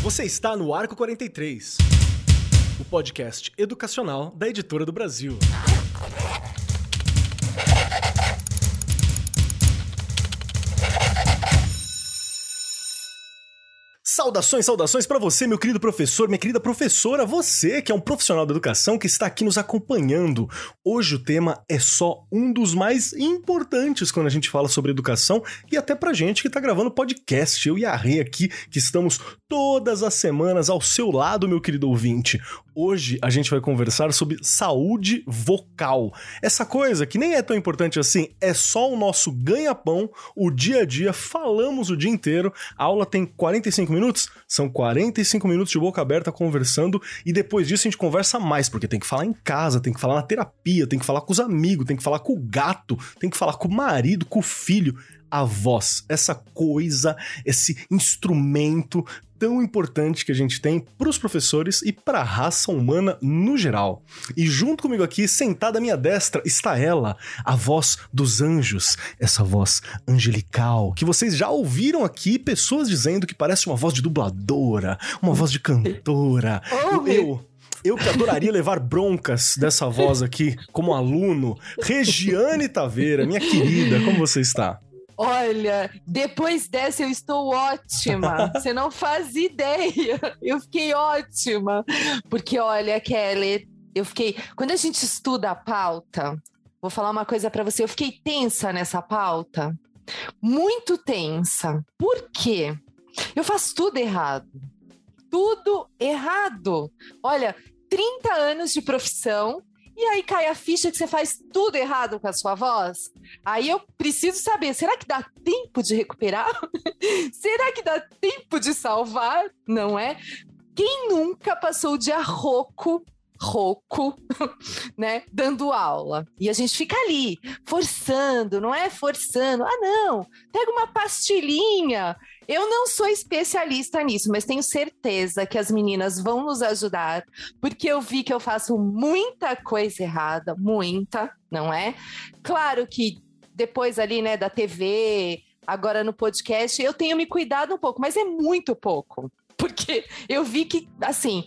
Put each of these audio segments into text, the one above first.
Você está no Arco 43, o podcast educacional da Editora do Brasil. Saudações para você, meu querido professor, minha querida professora, você que é um profissional da educação que está aqui nos acompanhando. Hoje o tema é só um dos mais importantes quando a gente fala sobre educação e até pra gente que tá gravando podcast, eu e a Rê aqui, que estamos todas as semanas ao seu lado, meu querido ouvinte. Hoje a gente vai conversar sobre saúde vocal. Essa coisa que nem é tão importante assim, é só o nosso ganha-pão, o dia a dia, falamos o dia inteiro. A aula tem 45 minutos? São 45 minutos de boca aberta conversando e depois disso a gente conversa mais, porque tem que falar em casa, tem que falar na terapia, tem que falar com os amigos, tem que falar com o gato, tem que falar com o marido, com o filho. A voz, essa coisa, esse instrumento tão importante que a gente tem para os professores e para a raça humana no geral. E junto comigo aqui, sentada à minha destra, está ela, a voz dos anjos, essa voz angelical, que vocês já ouviram aqui pessoas dizendo que parece uma voz de dubladora, uma voz de cantora. Eu que adoraria levar broncas dessa voz aqui como aluno. Regiane Taveira, minha querida, como você está? Olha, depois dessa eu estou ótima. Você não faz ideia. Eu fiquei ótima. Porque, olha, Keller, quando a gente estuda a pauta, vou falar uma coisa para você, eu fiquei tensa nessa pauta. Muito tensa. Por quê? Eu faço tudo errado. Tudo errado. Olha, 30 anos de profissão. E aí cai a ficha que você faz tudo errado com a sua voz? Aí eu preciso saber, será que dá tempo de recuperar? Será que dá tempo de salvar? Não é? Quem nunca passou o dia rouco, né, dando aula? E a gente fica ali, forçando, não é forçando. Ah, não, pega uma pastilhinha. Eu não sou especialista nisso, mas tenho certeza que as meninas vão nos ajudar, porque eu vi que eu faço muita coisa errada, muita, não é? Claro que depois ali, né, da TV, agora no podcast, eu tenho me cuidado um pouco, mas é muito pouco, porque eu vi que, assim,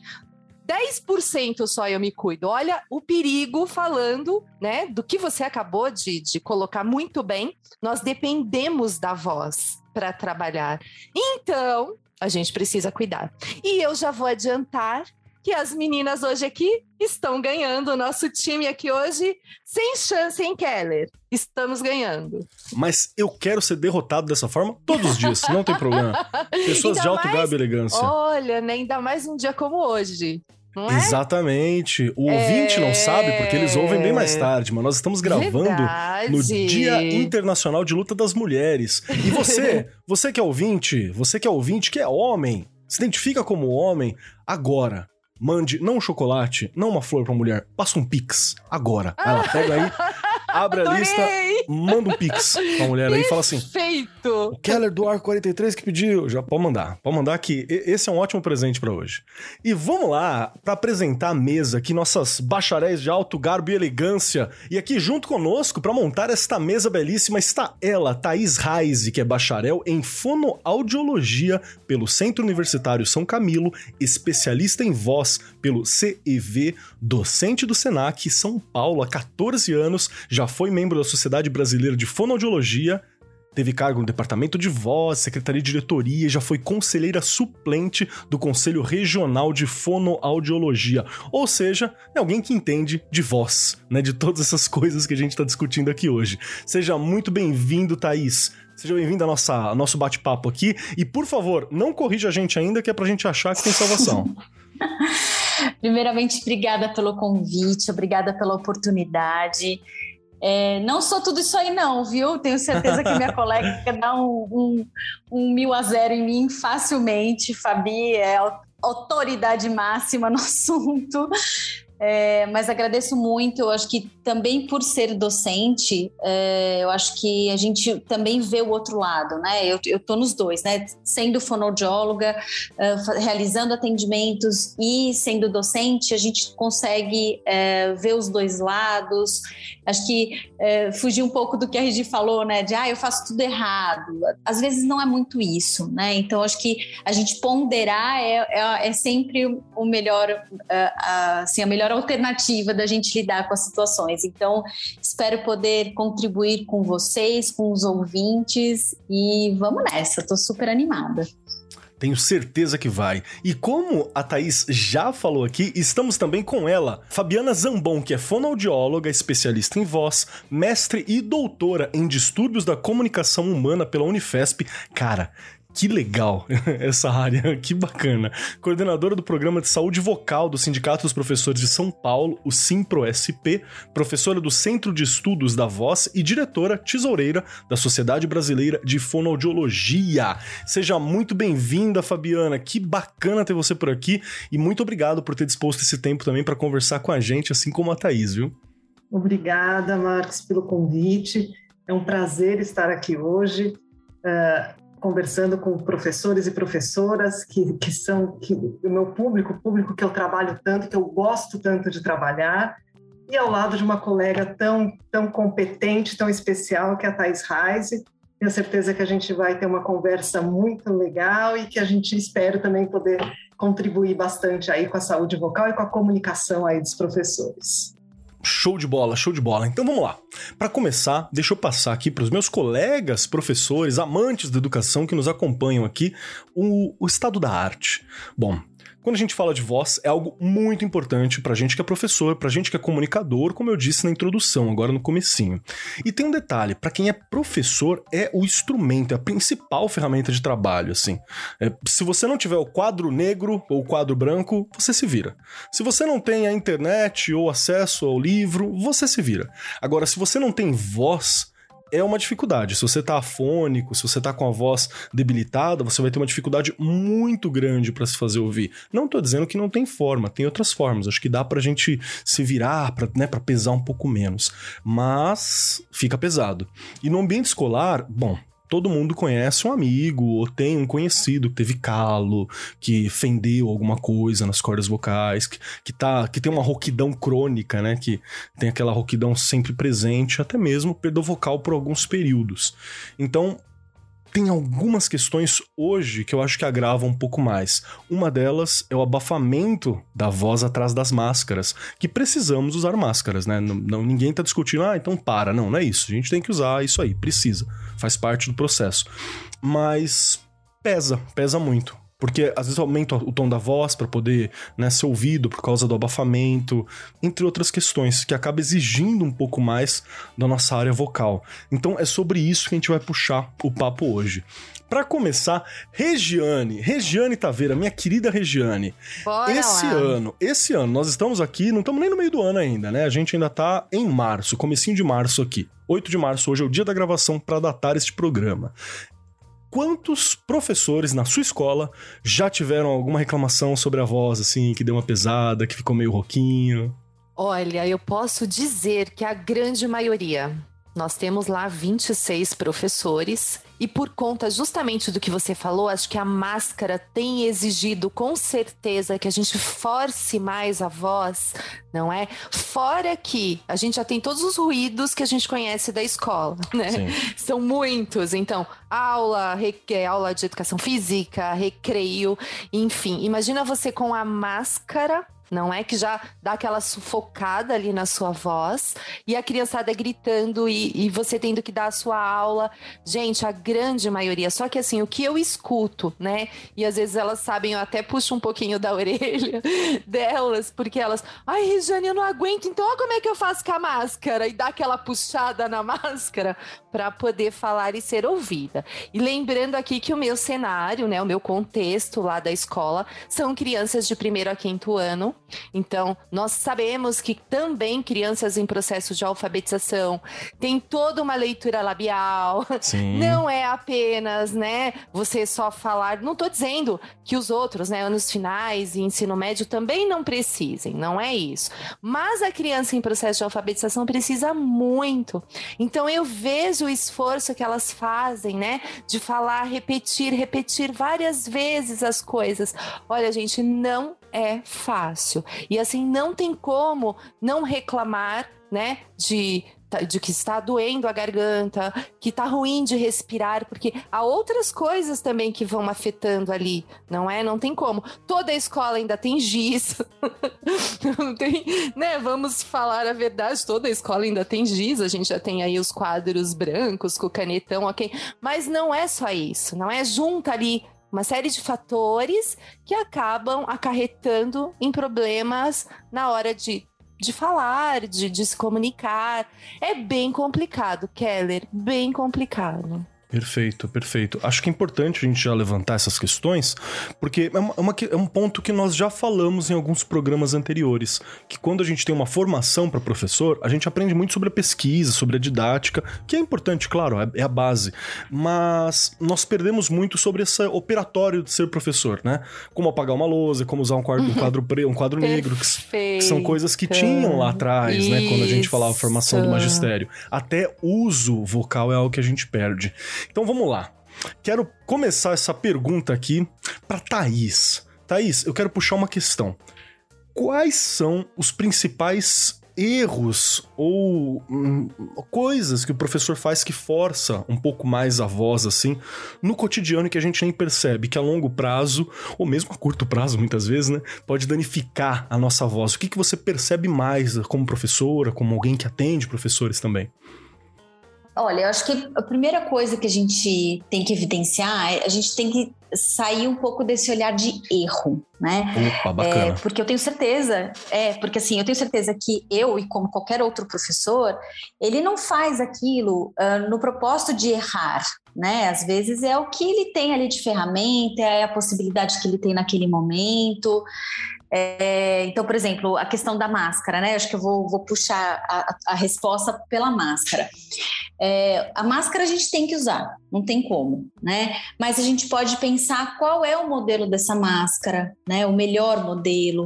10% só eu me cuido. Olha o perigo falando, né, do que você acabou de colocar muito bem. Nós dependemos da voz para trabalhar. Então, a gente precisa cuidar. E eu já vou adiantar que as meninas hoje aqui estão ganhando. O nosso time aqui hoje, sem chance, hein, Keller? Estamos ganhando. Mas eu quero ser derrotado dessa forma todos os dias, não tem problema. Pessoas de alto garbo e elegância. Olha, né, ainda mais um dia como hoje. Não é? Exatamente. O ouvinte não sabe porque eles ouvem bem mais tarde, mas nós estamos gravando no Dia Internacional de Luta das Mulheres. E você que é ouvinte, que é homem, se identifica como homem, agora, mande não um chocolate, não uma flor pra mulher, passa um pix, agora. Vai lá, pega aí, abre a lista, manda um pix pra mulher aí e fala assim: Perfeito! O Keller do Arco 43 que pediu. Já pode mandar que esse é um ótimo presente pra hoje. E vamos lá pra apresentar a mesa aqui, nossas bacharéis de alto garbo e elegância. E aqui junto conosco pra montar esta mesa belíssima está ela, Thaís Reise, que é bacharel em fonoaudiologia pelo Centro Universitário São Camilo, especialista em voz pelo CEV, docente do Senac São Paulo há 14 anos, já foi membro da Sociedade Brasileira de Fonoaudiologia, teve cargo no Departamento de Voz, Secretaria de Diretoria e já foi conselheira suplente do Conselho Regional de Fonoaudiologia. Ou seja, é alguém que entende de voz, né? De todas essas coisas que a gente está discutindo aqui hoje. Seja muito bem-vindo, Thaís. Seja bem-vindo ao nosso bate-papo aqui. E, por favor, não corrija a gente ainda, que é pra gente achar que tem salvação. Primeiramente, obrigada pelo convite, obrigada pela oportunidade. Não sou tudo isso aí não, viu? Tenho certeza que minha colega quer dar um 1000-0 em mim facilmente. Fabi é autoridade máxima no assunto. Mas agradeço muito. Eu acho que também por ser docente, eu acho que a gente também vê o outro lado, né? Eu tô nos dois, né? Sendo fonoaudióloga, realizando atendimentos e sendo docente, a gente consegue ver os dois lados. Acho que fugir um pouco do que a Regi falou, né? De, eu faço tudo errado. Às vezes não é muito isso, né? Então, acho que a gente ponderar é sempre o melhor, assim, a melhor alternativa da gente lidar com as situações. Então, espero poder contribuir com vocês, com os ouvintes, e vamos nessa, tô super animada. Tenho certeza que vai. E como a Thaís já falou aqui, estamos também com ela, Fabiana Zambon, que é fonoaudióloga, especialista em voz, mestre e doutora em distúrbios da comunicação humana pela Unifesp. Cara, que legal essa área, que bacana. Coordenadora do Programa de Saúde Vocal do Sindicato dos Professores de São Paulo, o SIMPRO-SP, professora do Centro de Estudos da Voz e diretora tesoureira da Sociedade Brasileira de Fonoaudiologia. Seja muito bem-vinda, Fabiana, que bacana ter você por aqui e muito obrigado por ter disposto esse tempo também para conversar com a gente, assim como a Thaís, viu? Obrigada, Marcos, pelo convite. É um prazer estar aqui hoje, conversando com professores e professoras que são o meu público, o público que eu trabalho tanto, que eu gosto tanto de trabalhar, e ao lado de uma colega tão competente, tão especial, que é a Thaís Reise. Tenho certeza que a gente vai ter uma conversa muito legal e que a gente espera também poder contribuir bastante aí com a saúde vocal e com a comunicação aí dos professores. Show de bola, show de bola. Então vamos lá. Para começar, deixa eu passar aqui para os meus colegas, professores, amantes da educação que nos acompanham aqui, o estado da arte. Bom, quando a gente fala de voz, é algo muito importante pra gente que é professor, pra gente que é comunicador, como eu disse na introdução, agora no comecinho. E tem um detalhe, pra quem é professor, é o instrumento, é a principal ferramenta de trabalho, assim. Se você não tiver o quadro negro ou o quadro branco, você se vira. Se você não tem a internet ou acesso ao livro, você se vira. Agora, se você não tem voz, é uma dificuldade. Se você tá afônico, se você tá com a voz debilitada, você vai ter uma dificuldade muito grande para se fazer ouvir. Não tô dizendo que não tem forma, tem outras formas. Acho que dá pra gente se virar, pra pesar um pouco menos. Mas fica pesado. E no ambiente escolar, bom, todo mundo conhece um amigo ou tem um conhecido que teve calo, que fendeu alguma coisa nas cordas vocais, que tem uma rouquidão crônica, né? Que tem aquela rouquidão sempre presente, até mesmo perda vocal por alguns períodos. Então, tem algumas questões hoje que eu acho que agravam um pouco mais. Uma delas é o abafamento da voz atrás das máscaras, que precisamos usar máscaras, né? Ninguém tá discutindo, então para. Não é isso. A gente tem que usar isso aí, precisa. Faz parte do processo. Mas pesa muito. Porque às vezes aumenta o tom da voz para poder, né, ser ouvido por causa do abafamento, entre outras questões, que acaba exigindo um pouco mais da nossa área vocal. Então é sobre isso que a gente vai puxar o papo hoje. Para começar, Regiane Taveira, minha querida Regiane. Bora Esse ano, nós estamos aqui, não estamos nem no meio do ano ainda, né? A gente ainda tá em março, comecinho de março aqui. 8 de março, hoje é o dia da gravação para datar este programa. Quantos professores na sua escola já tiveram alguma reclamação sobre a voz, assim, que deu uma pesada, que ficou meio rouquinho? Olha, eu posso dizer que a grande maioria. Nós temos lá 26 professores e por conta justamente do que você falou, acho que a máscara tem exigido com certeza que a gente force mais a voz, não é? Fora que a gente já tem todos os ruídos que a gente conhece da escola, né? Sim. São muitos, então aula de educação física, recreio, enfim. Imagina você com a máscara, não é? Que já dá aquela sufocada ali na sua voz e a criançada gritando e você tendo que dar a sua aula. Gente, a grande maioria. Só que assim, o que eu escuto, né? E às vezes elas sabem, eu até puxo um pouquinho da orelha delas, porque elas... Ai, Regiane, eu não aguento, então olha como é que eu faço com a máscara. E dá aquela puxada na máscara. para poder falar e ser ouvida. E lembrando aqui que o meu cenário, né, o meu contexto lá da escola, são crianças de 1º a 5º ano. Então, nós sabemos que também crianças em processo de alfabetização tem toda uma leitura labial. Sim. Não é apenas, né, você só falar. Não estou dizendo que os outros, né, anos finais e ensino médio também não precisem, não é isso. Mas a criança em processo de alfabetização precisa muito. Então, eu vejo o esforço que elas fazem, né? De falar, repetir várias vezes as coisas. Olha, gente, não é fácil. E assim, não tem como não reclamar, né? De que está doendo a garganta, que está ruim de respirar, porque há outras coisas também que vão afetando ali, não é? Não tem como. Toda a escola ainda tem giz. Não tem, né? Vamos falar a verdade, toda a escola ainda tem giz, a gente já tem aí os quadros brancos com o canetão, ok? Mas não é só isso, não é? Junta ali uma série de fatores que acabam acarretando em problemas na hora de falar, de se comunicar. É bem complicado, Keller, bem complicado. Perfeito, perfeito. Acho que é importante a gente já levantar essas questões, porque é um ponto que nós já falamos em alguns programas anteriores, que quando a gente tem uma formação para professor, a gente aprende muito sobre a pesquisa, sobre a didática, que é importante, claro, é a base, mas nós perdemos muito sobre esse operatório de ser professor, né? Como apagar uma lousa, como usar um quadro negro, que são coisas que tinham lá atrás, né? Quando a gente falava formação do magistério. Até uso vocal é algo que a gente perde. Então vamos lá. Quero começar essa pergunta aqui para Thaís. Thaís, eu quero puxar uma questão. Quais são os principais erros ou coisas que o professor faz que força um pouco mais a voz, assim, no cotidiano, que a gente nem percebe, que a longo prazo, ou mesmo a curto prazo, muitas vezes, né, pode danificar a nossa voz? O que você percebe mais como professora, como alguém que atende professores também? Olha, eu acho que a primeira coisa que a gente tem que evidenciar é a gente tem que sair um pouco desse olhar de erro, né? Opa, bacana. Porque eu tenho certeza, porque assim, eu tenho certeza que eu, e como qualquer outro professor, ele não faz aquilo no propósito de errar, né? Às vezes é o que ele tem ali de ferramenta, é a possibilidade que ele tem naquele momento. Então, por exemplo, a questão da máscara, né? Acho que eu vou puxar a resposta pela máscara. A máscara a gente tem que usar, não tem como, né? Mas a gente pode pensar qual é o modelo dessa máscara, né? O melhor modelo,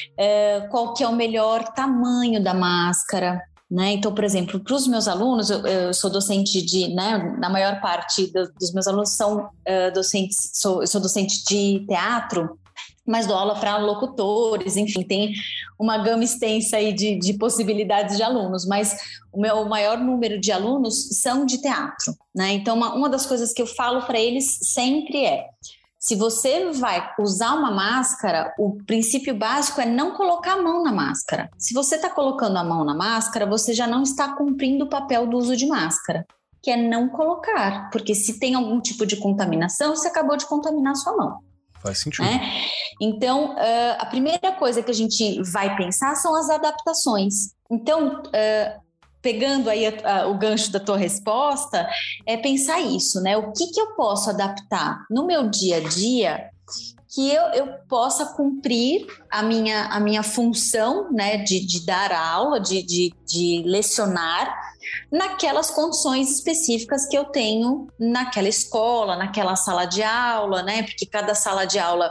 qual que é o melhor tamanho da máscara, né? Então, por exemplo, para os meus alunos, eu sou docente né? Na maior parte dos meus alunos são docentes, eu sou docente de teatro, mas dou aula para locutores, enfim, tem uma gama extensa aí de possibilidades de alunos, mas o meu maior número de alunos são de teatro, né? Então, uma das coisas que eu falo para eles sempre se você vai usar uma máscara, o princípio básico é não colocar a mão na máscara. Se você está colocando a mão na máscara, você já não está cumprindo o papel do uso de máscara, que é não colocar, porque se tem algum tipo de contaminação, você acabou de contaminar a sua mão. Faz sentido. Então, a primeira coisa que a gente vai pensar são as adaptações. Então, pegando aí o gancho da tua resposta, é pensar isso, né? O que eu posso adaptar no meu dia a dia que eu possa cumprir a minha função, né, de dar aula, de lecionar naquelas condições específicas que eu tenho naquela escola, naquela sala de aula, né? Porque cada sala de aula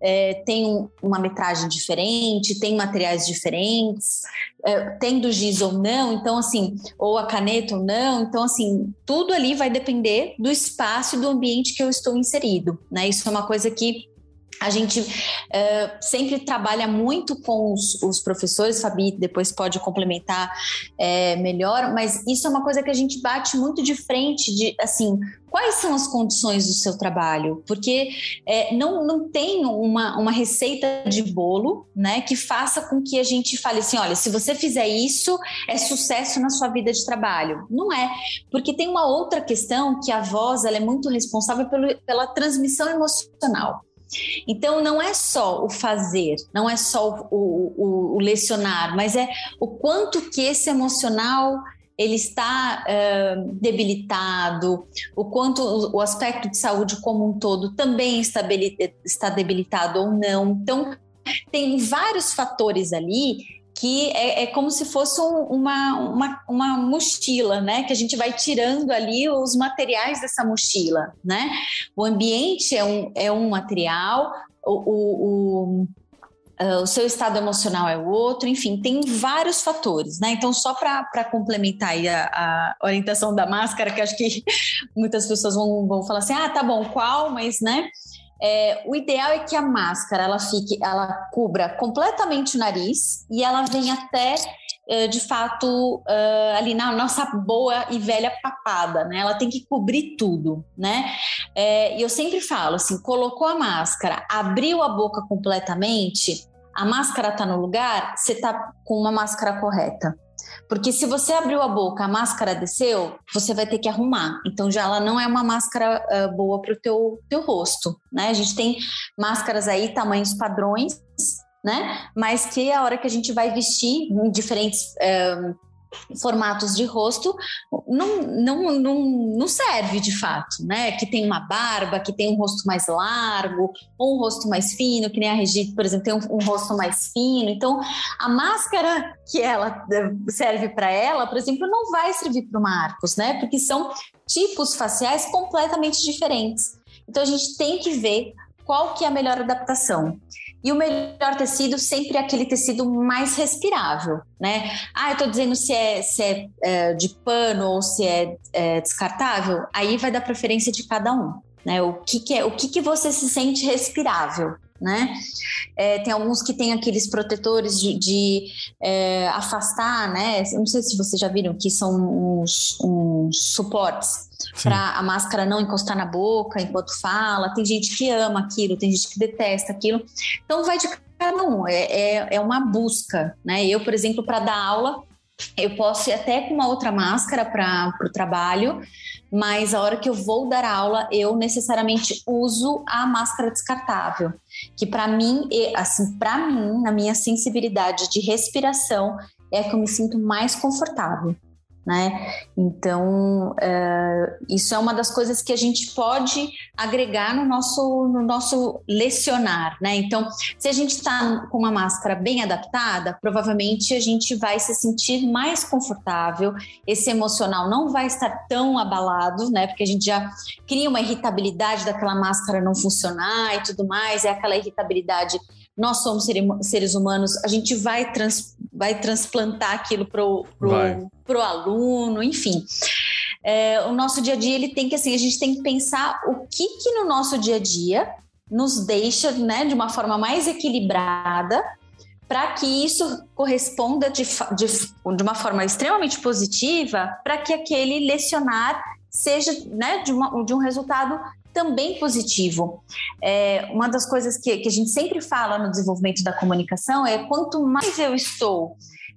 tem uma metragem diferente, tem materiais diferentes, tem do giz ou não, então assim, ou a caneta ou não, então assim, tudo ali vai depender do espaço e do ambiente que eu estou inserido, né? Isso é uma coisa que a gente sempre trabalha muito com os professores, Fabi depois pode complementar melhor, mas isso é uma coisa que a gente bate muito de frente, de assim, quais são as condições do seu trabalho? Porque não tem uma receita de bolo, né, que faça com que a gente fale assim, olha, se você fizer isso, é sucesso na sua vida de trabalho. Não é, porque tem uma outra questão que a voz ela é muito responsável pela transmissão emocional. Então, não é só o fazer, não é só o lecionar, mas é o quanto que esse emocional ele está debilitado, o quanto o aspecto de saúde como um todo também está debilitado ou não. Então, tem vários fatores ali que é como se fosse uma mochila, né? Que a gente vai tirando ali os materiais dessa mochila, né? O ambiente é um material, o seu estado emocional é o outro, enfim, tem vários fatores, né? Então, só para complementar aí a orientação da máscara, que acho que muitas pessoas vão falar assim, tá bom, qual? Mas, né? O ideal é que a máscara ela cubra completamente o nariz e ela venha até, de fato, ali na nossa boa e velha papada, né? Ela tem que cobrir tudo, né? E eu sempre falo assim, colocou a máscara, abriu a boca completamente, a máscara está no lugar, você está com uma máscara correta. Porque se você abriu a boca, a máscara desceu, você vai ter que arrumar. Então, já ela não é uma máscara boa para o teu rosto, né? A gente tem máscaras aí, tamanhos padrões, né? Mas que a hora que a gente vai vestir em diferentes formatos de rosto, não serve de fato, né? Que tem uma barba, que tem um rosto mais largo, ou um rosto mais fino, que nem a Regi, por exemplo, tem um rosto mais fino. Então, a máscara que ela serve para ela, por exemplo, não vai servir para o Marcos, né? Porque são tipos faciais completamente diferentes. Então, a gente tem que ver qual que é a melhor adaptação. E o melhor tecido sempre é aquele tecido mais respirável, né? Eu tô dizendo se é de pano ou se é descartável, aí vai dar preferência de cada um, né? O que você se sente respirável, né? Tem alguns que tem aqueles protetores de afastar, né? Eu não sei se vocês já viram, que são uns suportes para a máscara não encostar na boca enquanto fala. Tem gente que ama aquilo, tem gente que detesta aquilo. Então vai de cada um, é uma busca, né? Eu, por exemplo, para dar aula, eu posso ir até com uma outra máscara para o trabalho, mas a hora que eu vou dar aula, eu necessariamente uso a máscara descartável, que para mim, na minha sensibilidade de respiração, é que eu me sinto mais confortável, né? Então, isso é uma das coisas que a gente pode agregar no nosso lecionar, né? Então, se a gente está com uma máscara bem adaptada, provavelmente a gente vai se sentir mais confortável, esse emocional não vai estar tão abalado, né? Porque a gente já cria uma irritabilidade daquela máscara não funcionar e tudo mais, é aquela irritabilidade. Nós somos seres humanos, a gente vai transplantar aquilo pro aluno, enfim. O nosso dia a dia, ele tem que, assim, a gente tem que pensar o que no nosso dia a dia nos deixa, né, de uma forma mais equilibrada, para que isso corresponda de uma forma extremamente positiva, para que aquele lecionar seja, né, de um resultado também positivo. Uma das coisas que a gente sempre fala no desenvolvimento da comunicação é quanto mais eu estou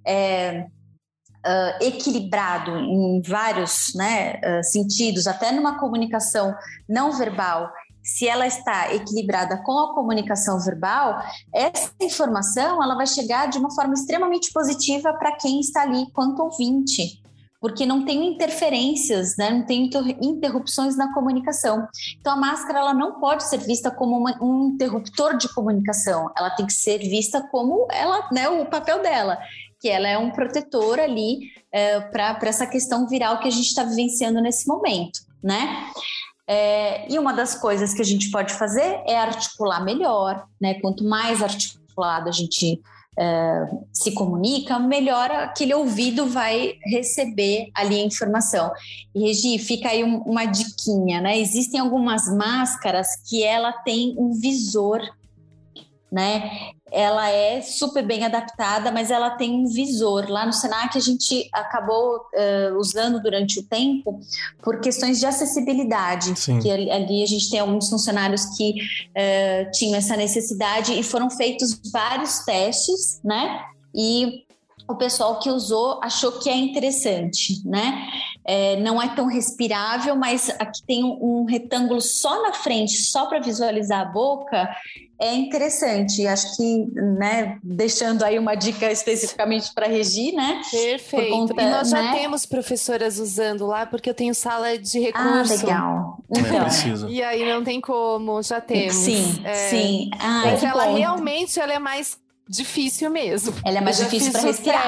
equilibrado em vários, né, sentidos, até numa comunicação não verbal, se ela está equilibrada com a comunicação verbal, essa informação ela vai chegar de uma forma extremamente positiva para quem está ali quanto ouvinte, porque não tem interferências, né? Não tem interrupções na comunicação. Então, a máscara ela não pode ser vista como um interruptor de comunicação, ela tem que ser vista como ela, né, o papel dela, que ela é um protetor ali para essa questão viral que a gente está vivenciando nesse momento, né? E uma das coisas que a gente pode fazer é articular melhor, né? Quanto mais articulado a gente se comunica, melhor aquele ouvido vai receber ali a informação. E, Regi, fica aí uma diquinha, né? Existem algumas máscaras que ela tem um visor, né? Ela é super bem adaptada, mas ela tem um visor. Lá no Senac a gente acabou usando durante o tempo por questões de acessibilidade. Sim. Que ali a gente tem alguns funcionários que tinham essa necessidade e foram feitos vários testes, né? E o pessoal que usou achou que é interessante, né? não é tão respirável, mas aqui tem um retângulo só na frente, só para visualizar a boca, é interessante. Acho que, né, deixando aí uma dica especificamente para Regi, né? Perfeito. E nós já temos professoras usando lá, porque eu tenho sala de recurso. Legal. Então. E aí não tem como, já temos. Sim. Mas ela realmente ela é mais difícil mesmo. Ela é mais difícil para respirar.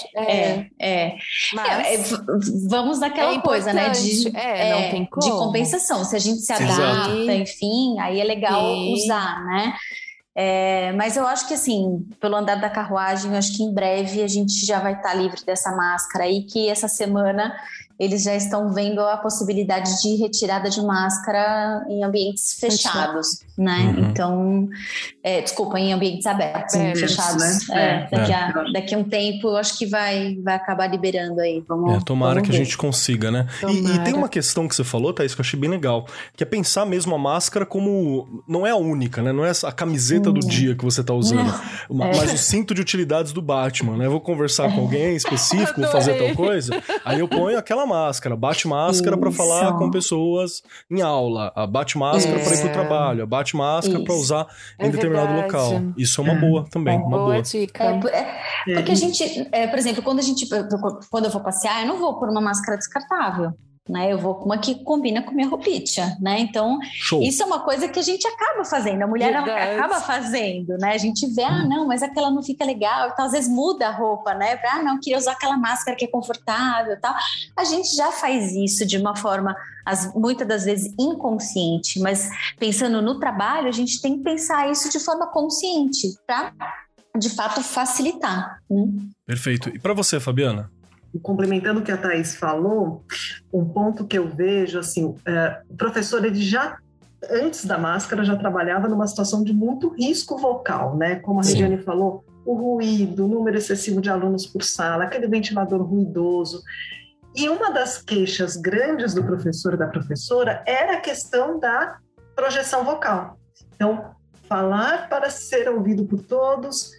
Mas vamos naquela coisa, né? Não tem como. De compensação. Se a gente se adapta, enfim, aí é legal usar, né? Mas eu acho que assim, pelo andar da carruagem, eu acho que em breve a gente já vai estar livre dessa máscara aí, que essa semana eles já estão vendo a possibilidade de retirada de máscara em ambientes fechados, né? Então, desculpa, em ambientes abertos, fechados. Né? Daqui a um tempo, eu acho que vai acabar liberando aí. Tomara que a gente consiga, né? E tem uma questão que você falou, Thaís, que eu achei bem legal, que é pensar mesmo a máscara como... Não é a única, né? Não é a camiseta do dia que você tá usando, mas o cinto de utilidades do Batman, né? Eu vou conversar com alguém específico, vou fazer tal coisa, aí eu ponho aquela máscara, bate máscara para falar com pessoas em aula, a bate máscara para ir pro trabalho, a bate máscara para usar em determinado local. Isso é uma boa também, uma boa dica. Porque a gente, por exemplo, quando eu vou passear, eu não vou pôr uma máscara descartável. Né? Eu vou com uma que combina com minha roupinha, né? Então, isso é uma coisa que a gente acaba fazendo, a mulher acaba fazendo, né? A gente vê, não, mas aquela não fica legal, então às vezes muda a roupa, né? Não, queria usar aquela máscara que é confortável e tal. A gente já faz isso de uma forma, muitas das vezes, inconsciente, mas pensando no trabalho, a gente tem que pensar isso de forma consciente, para, de fato, facilitar. Perfeito. E para você, Fabiana? Complementando o que a Thaís falou, um ponto que eu vejo, assim, o professor, ele já, antes da máscara, já trabalhava numa situação de muito risco vocal, né? Como a Regiane falou, o ruído, o número excessivo de alunos por sala, aquele ventilador ruidoso. E uma das queixas grandes do professor e da professora era a questão da projeção vocal. Então, falar para ser ouvido por todos,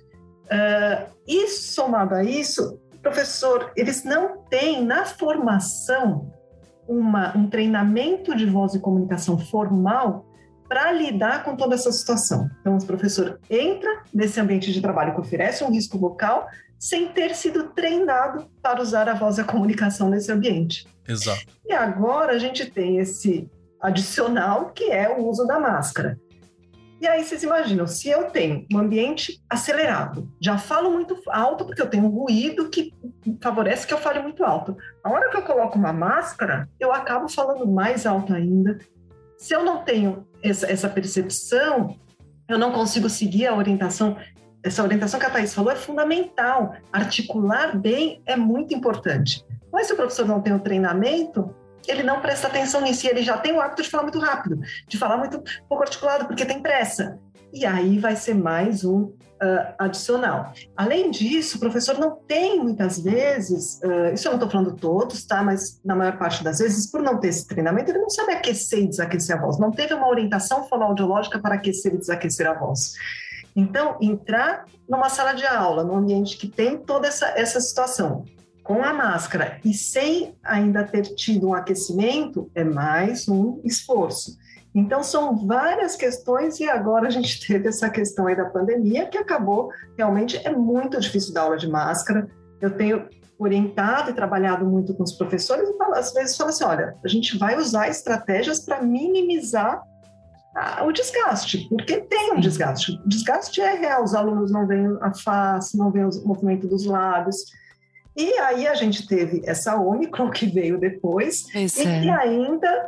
e somado a isso, professor, eles não têm na formação um treinamento de voz e comunicação formal para lidar com toda essa situação. Então, o professor entra nesse ambiente de trabalho que oferece um risco vocal sem ter sido treinado para usar a voz e a comunicação nesse ambiente. Exato. E agora a gente tem esse adicional, que é o uso da máscara. E aí vocês imaginam, se eu tenho um ambiente acelerado, já falo muito alto porque eu tenho um ruído que favorece que eu fale muito alto. A hora que eu coloco uma máscara, eu acabo falando mais alto ainda. Se eu não tenho essa percepção, eu não consigo seguir a orientação. Essa orientação que a Thaís falou é fundamental. Articular bem é muito importante. Mas se o professor não tem o treinamento, ele não presta atenção nisso, e ele já tem o hábito de falar muito rápido, de falar muito pouco articulado, porque tem pressa. E aí vai ser mais um adicional. Além disso, o professor não tem, muitas vezes, isso eu não estou falando todos, tá? Mas na maior parte das vezes, por não ter esse treinamento, ele não sabe aquecer e desaquecer a voz, não teve uma orientação fonoaudiológica para aquecer e desaquecer a voz. Então, entrar numa sala de aula, num ambiente que tem toda essa situação, com a máscara e sem ainda ter tido um aquecimento, é mais um esforço. Então, são várias questões, e agora a gente teve essa questão aí da pandemia, que acabou, realmente, é muito difícil dar aula de máscara. Eu tenho orientado e trabalhado muito com os professores, e às vezes falo assim, olha, a gente vai usar estratégias para minimizar o desgaste, porque tem um desgaste. O desgaste é real, os alunos não veem a face, não veem o movimento dos lábios. E aí a gente teve essa Omicron que veio depois, que ainda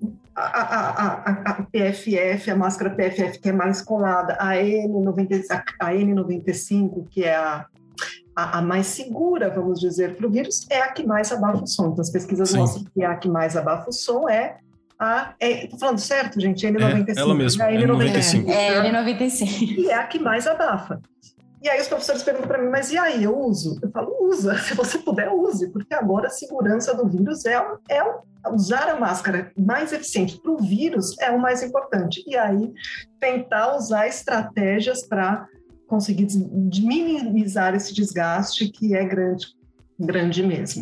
a PFF, a máscara PFF, que é mais colada, a N95, que é a mais segura, vamos dizer, para o vírus, é a que mais abafa o som. Então, as pesquisas mostram que a que mais abafa o som estou falando certo, gente? N95. Ela mesma, N95. N95. E é a que mais abafa. E aí os professores perguntam para mim, mas e aí, eu uso? Eu falo, usa, se você puder, use, porque agora a segurança do vírus usar a máscara mais eficiente para o vírus é o mais importante. E aí, tentar usar estratégias para conseguir minimizar esse desgaste que é grande mesmo.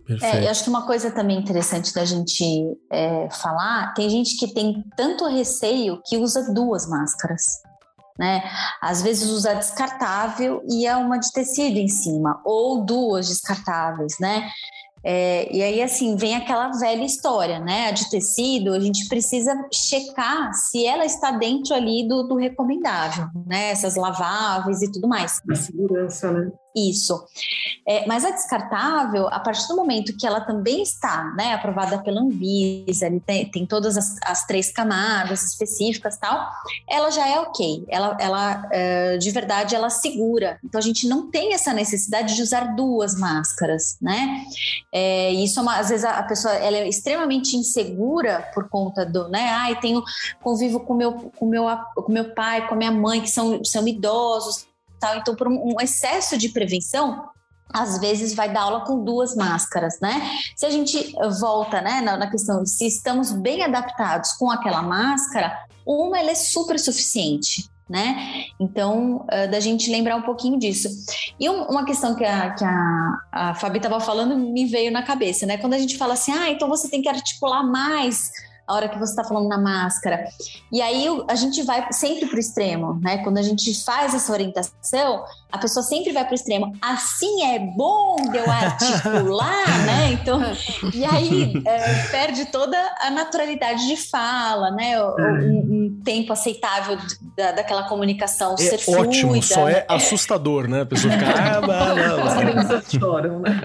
Eu acho que uma coisa também interessante da gente falar, tem gente que tem tanto receio que usa 2 máscaras, né? Às vezes usa descartável e é uma de tecido em cima, ou 2 descartáveis, né? E aí, assim, vem aquela velha história, né? A de tecido, a gente precisa checar se ela está dentro ali do recomendável, né? Essas laváveis e tudo mais. A segurança, né? Isso. Mas a descartável, a partir do momento que ela também está, né, aprovada pela Anvisa, ele tem todas as 3 camadas específicas e tal, ela já é ok. Ela de verdade, ela segura. Então, a gente não tem essa necessidade de usar 2 máscaras, né? Isso, às vezes, a pessoa ela é extremamente insegura por conta do, né? Convivo com meu pai, com a minha mãe, que são idosos, tal. Então, por um excesso de prevenção, às vezes vai dar aula com 2 máscaras, né? Se a gente volta, né, na questão de se estamos bem adaptados com aquela máscara, ela é super suficiente, né? Então, da gente lembrar um pouquinho disso. E uma questão que a Fabi estava falando me veio na cabeça, né? Quando a gente fala assim, então você tem que articular mais a hora que você está falando na máscara. E aí a gente vai sempre para o extremo, né? Quando a gente faz essa orientação, a pessoa sempre vai para o extremo. Assim é bom de eu articular, né? Então, e aí perde toda a naturalidade de fala, né? Um tempo aceitável daquela comunicação ser fluida. Ótimo, só é assustador, né? A pessoa fica... As crianças choram, né?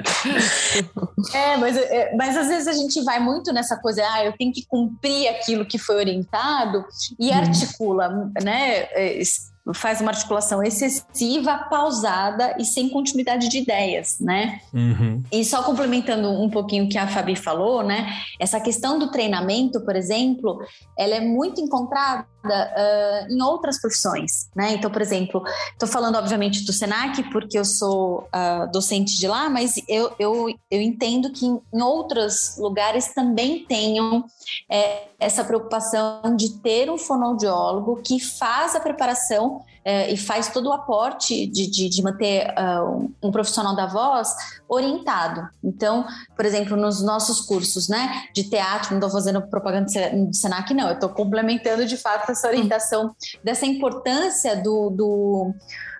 Mas às vezes a gente vai muito nessa coisa, eu tenho que cumprir aquilo que foi orientado e articula, né? Faz uma articulação excessiva, pausada e sem continuidade de ideias, né? Uhum. E só complementando um pouquinho o que a Fabi falou, né? Essa questão do treinamento, por exemplo, ela é muito encontrada em outras profissões, né? Então, por exemplo, estou falando obviamente do Senac porque eu sou docente de lá, mas eu entendo que em outros lugares também tenham essa preocupação de ter um fonoaudiólogo que faz a preparação e faz todo o aporte de manter um profissional da voz orientado. Então, por exemplo, nos nossos cursos, né, de teatro, não estou fazendo propaganda do Senac, não, eu estou complementando de fato essa orientação dessa importância do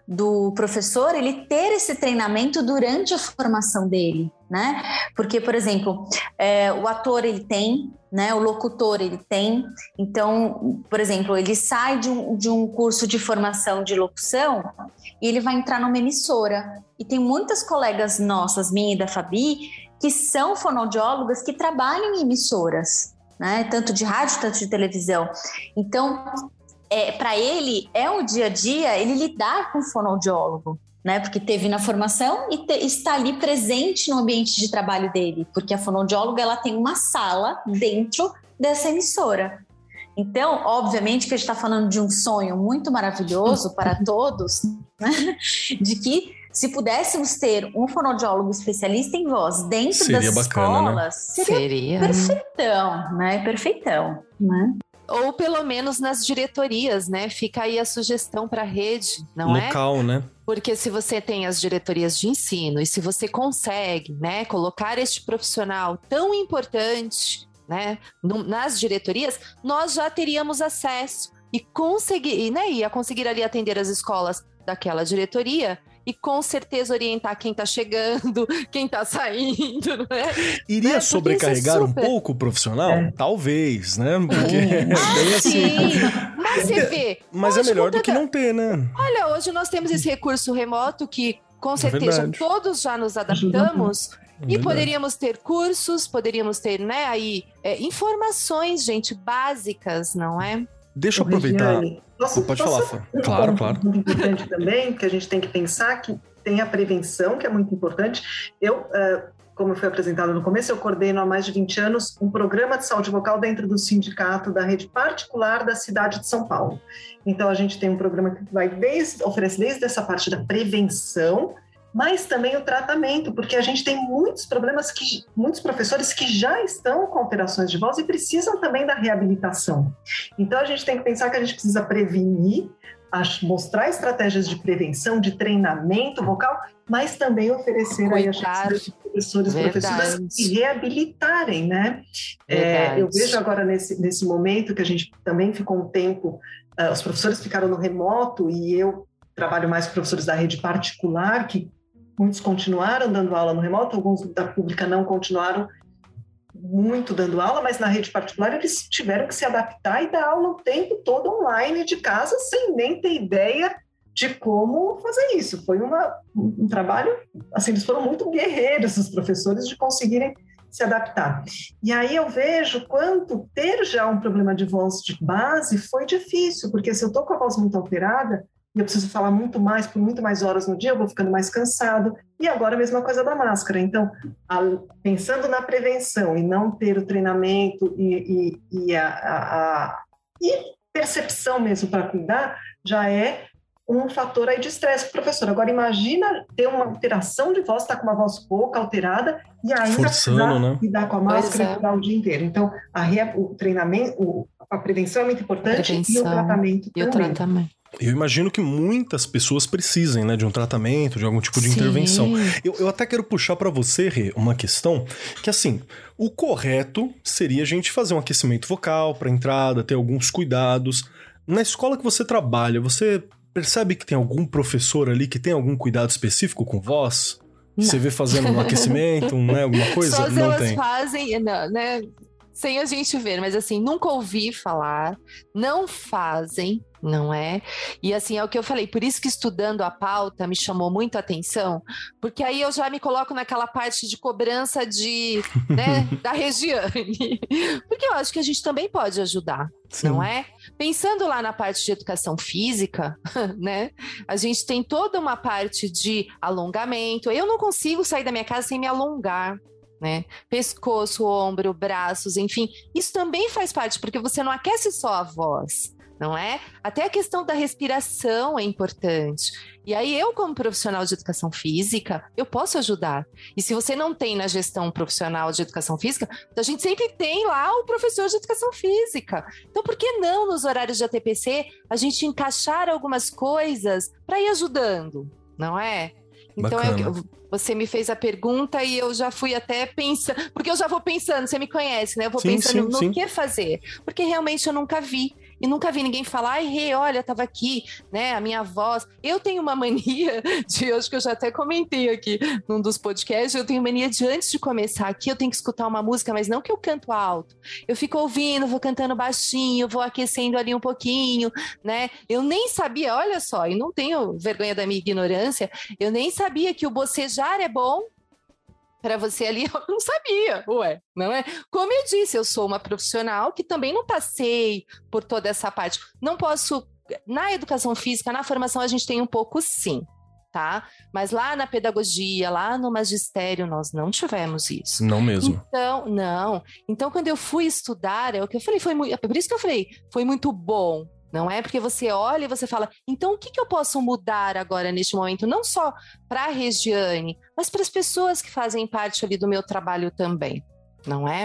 professor, ele ter esse treinamento durante a formação dele, né? Porque, por exemplo, o ator ele tem, né? O locutor ele tem. Então, por exemplo, ele sai de um curso de formação de locução e ele vai entrar numa emissora. E tem muitas colegas nossas, minha e da Fabi, que são fonoaudiólogas que trabalham em emissoras, né? Tanto de rádio, tanto de televisão. Então, para ele, o dia a dia, ele lidar com o fonoaudiólogo, né? Porque teve na formação e está ali presente no ambiente de trabalho dele, porque a fonoaudióloga, ela tem uma sala dentro dessa emissora. Então, obviamente que a gente está falando de um sonho muito maravilhoso para todos, né? De que se pudéssemos ter um fonoaudiólogo especialista em voz dentro das escolas, né? seria perfeitão, né? Perfeitão, né? Ou pelo menos nas diretorias, né? Fica aí a sugestão para a rede, não é? Local, né? Porque se você tem as diretorias de ensino e se você consegue, né, colocar este profissional tão importante, né, nas diretorias, nós já teríamos acesso e ia conseguir ali atender as escolas daquela diretoria e com certeza orientar quem tá chegando, quem tá saindo, não é? Iria sobrecarregar um pouco o profissional? Talvez, né? Porque bem assim. Mas você vê. Mas é melhor do que não ter, né? Olha, hoje nós temos esse recurso remoto que, com certeza, todos já nos adaptamos. E poderíamos ter cursos, poderíamos ter, né, aí, informações, gente, básicas, não é? Deixa eu aproveitar. Pode falar, Fá. Claro. Muito importante também, que a gente tem que pensar que tem a prevenção, que é muito importante. Eu, como foi apresentado no começo, eu coordeno há mais de 20 anos um programa de saúde vocal dentro do sindicato da rede particular da cidade de São Paulo. Então, a gente tem um programa que oferece desde essa parte da prevenção, mas também o tratamento, porque a gente tem muitos professores que já estão com alterações de voz e precisam também da reabilitação. Então, a gente tem que pensar que a gente precisa prevenir mostrar estratégias de prevenção, de treinamento vocal, mas também oferecer aí a chance de professores e professoras se reabilitarem, né? Eu vejo agora nesse momento que a gente também ficou um tempo, os professores ficaram no remoto e eu trabalho mais com professores da rede particular, que muitos continuaram dando aula no remoto, alguns da pública não continuaram muito dando aula, mas na rede particular eles tiveram que se adaptar e dar aula o tempo todo online de casa, sem nem ter ideia de como fazer isso. Foi um trabalho, assim, eles foram muito guerreiros, os professores, de conseguirem se adaptar. E aí eu vejo quanto ter já um problema de voz de base foi difícil, porque se eu estou com a voz muito alterada, e eu preciso falar muito mais, por muito mais horas no dia, eu vou ficando mais cansado. E agora a mesma coisa da máscara. Então, pensando na prevenção e não ter o treinamento e percepção mesmo para cuidar, já é um fator aí de estresse para o professor. Agora, imagina ter uma alteração de voz, estar com uma voz pouca alterada e ainda precisar lidar com a máscara e cuidar o dia inteiro. Então, o treinamento, a prevenção é muito importante e o tratamento também. Eu imagino que muitas pessoas precisem, né, de um tratamento, de algum tipo de intervenção. Eu até quero puxar para você, Rê, uma questão que, assim, o correto seria a gente fazer um aquecimento vocal para entrada, ter alguns cuidados. Na escola que você trabalha, você percebe que tem algum professor ali que tem algum cuidado específico com voz? Não. Você vê fazendo um aquecimento, né, alguma coisa? Só não elas tem. Fazem, não, né, sem a gente ver, mas assim, nunca ouvi falar, não fazem, não é? E assim, é o que eu falei, por isso que estudando a pauta me chamou muito a atenção, porque aí eu já me coloco naquela parte de cobrança né, da Regiane, porque eu acho que a gente também pode ajudar. Sim. Não é? Pensando lá na parte de educação física, né? A gente tem toda uma parte de alongamento. Eu não consigo sair da minha casa sem me alongar, né? Pescoço, ombro, braços, enfim. Isso também faz parte, porque você não aquece só a voz, não é? Até a questão da respiração é importante. E aí eu, como profissional de educação física, eu posso ajudar. E se você não tem na gestão profissional de educação física, a gente sempre tem lá o professor de educação física. Então, por que não, nos horários de ATPC, a gente encaixar algumas coisas para ir ajudando, não é? Então, você me fez a pergunta e eu já fui até pensando, porque eu já vou pensando, você me conhece, né? Eu vou pensando no que fazer, porque realmente eu nunca vi. E nunca vi ninguém falar, ai, Rê, olha, tava aqui, né, a minha voz. Eu tenho uma mania acho que eu já até comentei aqui num dos podcasts, eu tenho mania de, antes de começar aqui, eu tenho que escutar uma música, mas não que eu canto alto. Eu fico ouvindo, vou cantando baixinho, vou aquecendo ali um pouquinho, né? Eu nem sabia, olha só, e não tenho vergonha da minha ignorância, eu nem sabia que o bocejar é bom para você ali, eu não sabia, não é? Como eu disse, eu sou uma profissional que também não passei por toda essa parte. Não posso, na educação física, na formação, a gente tem um pouco sim, tá? Mas lá na pedagogia, lá no magistério, nós não tivemos isso. Não mesmo. Então, não. Então, quando eu fui estudar, é o que eu falei, por isso que eu falei, foi muito bom. Não é? Porque você olha e você fala, então o que eu posso mudar agora neste momento? Não só para a Regiane, mas para as pessoas que fazem parte ali do meu trabalho também, não é?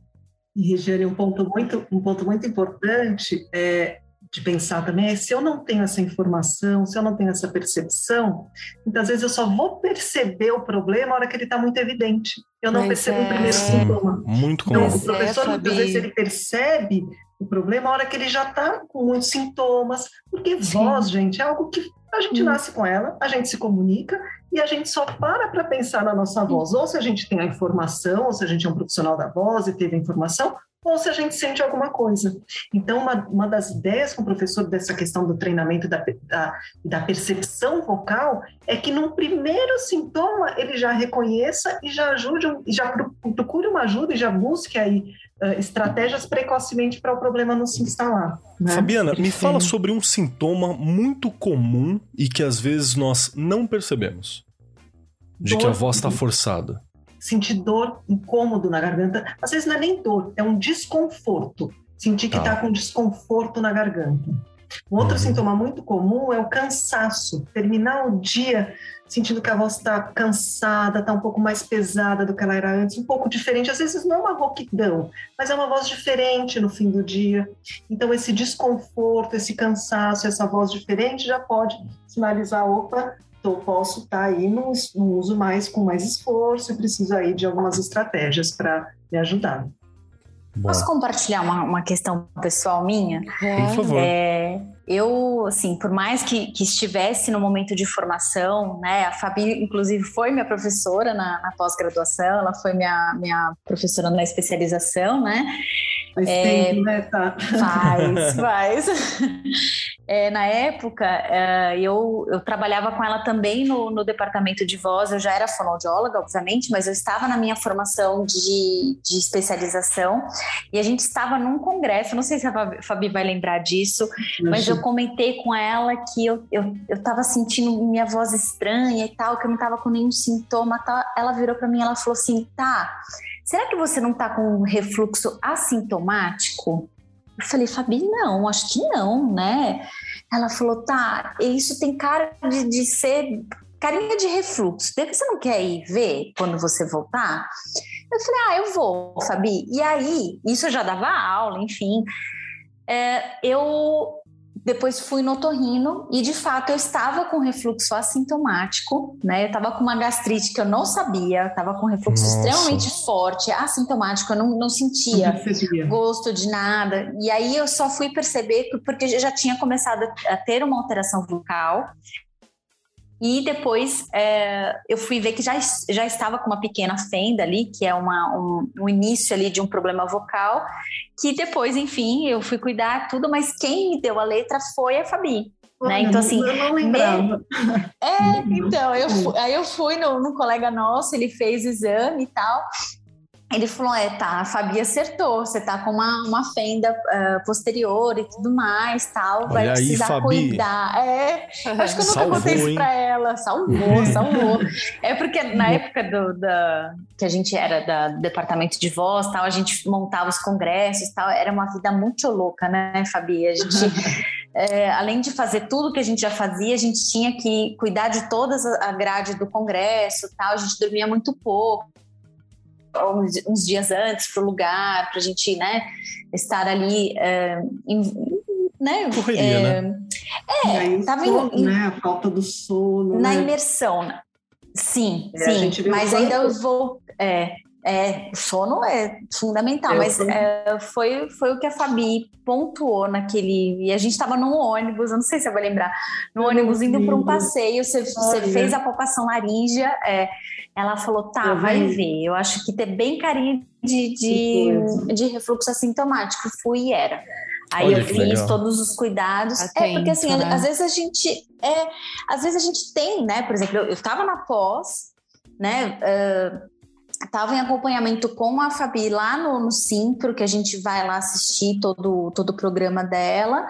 E, Regiane, um ponto muito importante de pensar também é, se eu não tenho essa informação, se eu não tenho essa percepção, muitas vezes eu só vou perceber o problema na hora que ele está muito evidente. Eu não percebo o primeiro sintoma. Muito comum. Então, o professor, muitas vezes, ele percebe o problema na hora que ele já está com muitos sintomas, porque voz, gente, é algo que a gente nasce com ela, a gente se comunica e a gente só para pensar na nossa voz, ou se a gente tem a informação, ou se a gente é um profissional da voz e teve a informação, ou se a gente sente alguma coisa. Então, uma das ideias com o professor dessa questão do treinamento da percepção vocal é que num primeiro sintoma ele já reconheça e já ajude, e já procure uma ajuda e já busque aí estratégias precocemente para o problema não se instalar. Né? Fabiana, me fala sobre um sintoma muito comum e que às vezes nós não percebemos. De que a voz está forçada. Sentir dor, incômodo na garganta. Às vezes não é nem dor, é um desconforto. Sentir que está com desconforto na garganta. Um outro sintoma muito comum é o cansaço. Terminar o dia sentindo que a voz está cansada, está um pouco mais pesada do que ela era antes, um pouco diferente. Às vezes não é uma rouquidão, mas é uma voz diferente no fim do dia. Então esse desconforto, esse cansaço, essa voz diferente já pode sinalizar, opa, eu posso estar aí no uso com mais esforço e preciso aí de algumas estratégias para me ajudar. Bom. Posso compartilhar uma questão pessoal minha? Por favor. Eu, assim, por mais que estivesse no momento de formação, né, a Fabi, inclusive, foi minha professora na pós-graduação, ela foi minha professora na especialização, né? Faz tempo, né, tá? Faz. Na época, eu trabalhava com ela também no departamento de voz. Eu já era fonoaudióloga, obviamente, mas eu estava na minha formação de especialização e a gente estava num congresso, não sei se a Fabi vai lembrar disso, mas eu comentei com ela que eu estava sentindo minha voz estranha e tal, que eu não estava com nenhum sintoma. Tal. Ela virou para mim e ela falou assim, tá, será que você não está com um refluxo assintomático? Eu falei, Fabi, não, acho que não, né? Ela falou, tá, isso tem cara de ser carinha de refluxo. Você não quer ir ver quando você voltar? Eu falei, eu vou, Fabi. E aí, isso eu já dava aula, enfim. Eu depois fui no otorrino e, de fato, eu estava com refluxo assintomático, né? Eu estava com uma gastrite que eu não sabia, estava com refluxo extremamente forte, assintomático, eu não sentia gosto de nada. E aí eu só fui perceber porque eu já tinha começado a ter uma alteração vocal. E depois eu fui ver que já estava com uma pequena fenda ali, que é um início ali de um problema vocal, que depois, enfim, eu fui cuidar tudo, mas quem me deu a letra foi a Fabi. Né? Então, assim, eu não lembrava. Então, eu fui no colega nosso, ele fez o exame e tal. Ele falou, tá, a Fabi acertou, você tá com uma fenda posterior e tudo mais, tal, vai precisar cuidar. Acho que eu nunca contei isso pra ela. Salvou. É porque na época que a gente era do departamento de voz, tal, a gente montava os congressos, tal, era uma vida muito louca, né, Fabi? A gente, além de fazer tudo que a gente já fazia, a gente tinha que cuidar de toda a grade do congresso, tal, a gente dormia muito pouco. Uns dias antes para o lugar, para a gente, né, estar ali, né? Correria, né? Tava né? A falta do sono. Na né? imersão. Sim, mas ainda eu vou. O sono é fundamental, mas foi o que a Fabi pontuou naquele. E a gente estava num ônibus, eu não sei se você vai lembrar, no ônibus indo para um passeio, você fez a palpação laríngea. Ela falou, tá, vai ver. Eu acho que tem bem carinho de refluxo assintomático. Fui e era. Aí eu fiz todos os cuidados. Porque assim, né? às vezes a gente tem, né? Por exemplo, eu estava na pós, né? Estava em acompanhamento com a Fabi lá no Simpro, que a gente vai lá assistir todo o programa dela.